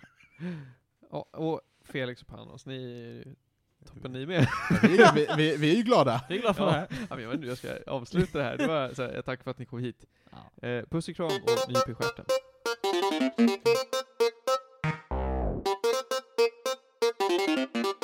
Ja, och Felix och Panos, ni är toppen ni med. Vi är ju glada. Jag är glad för det här. Ja, men jag vet inte hur jag ska avsluta det här. Det var så här, tack för att ni kom hit. Ja. Puss och kram och nyp i stjärten. Thank you.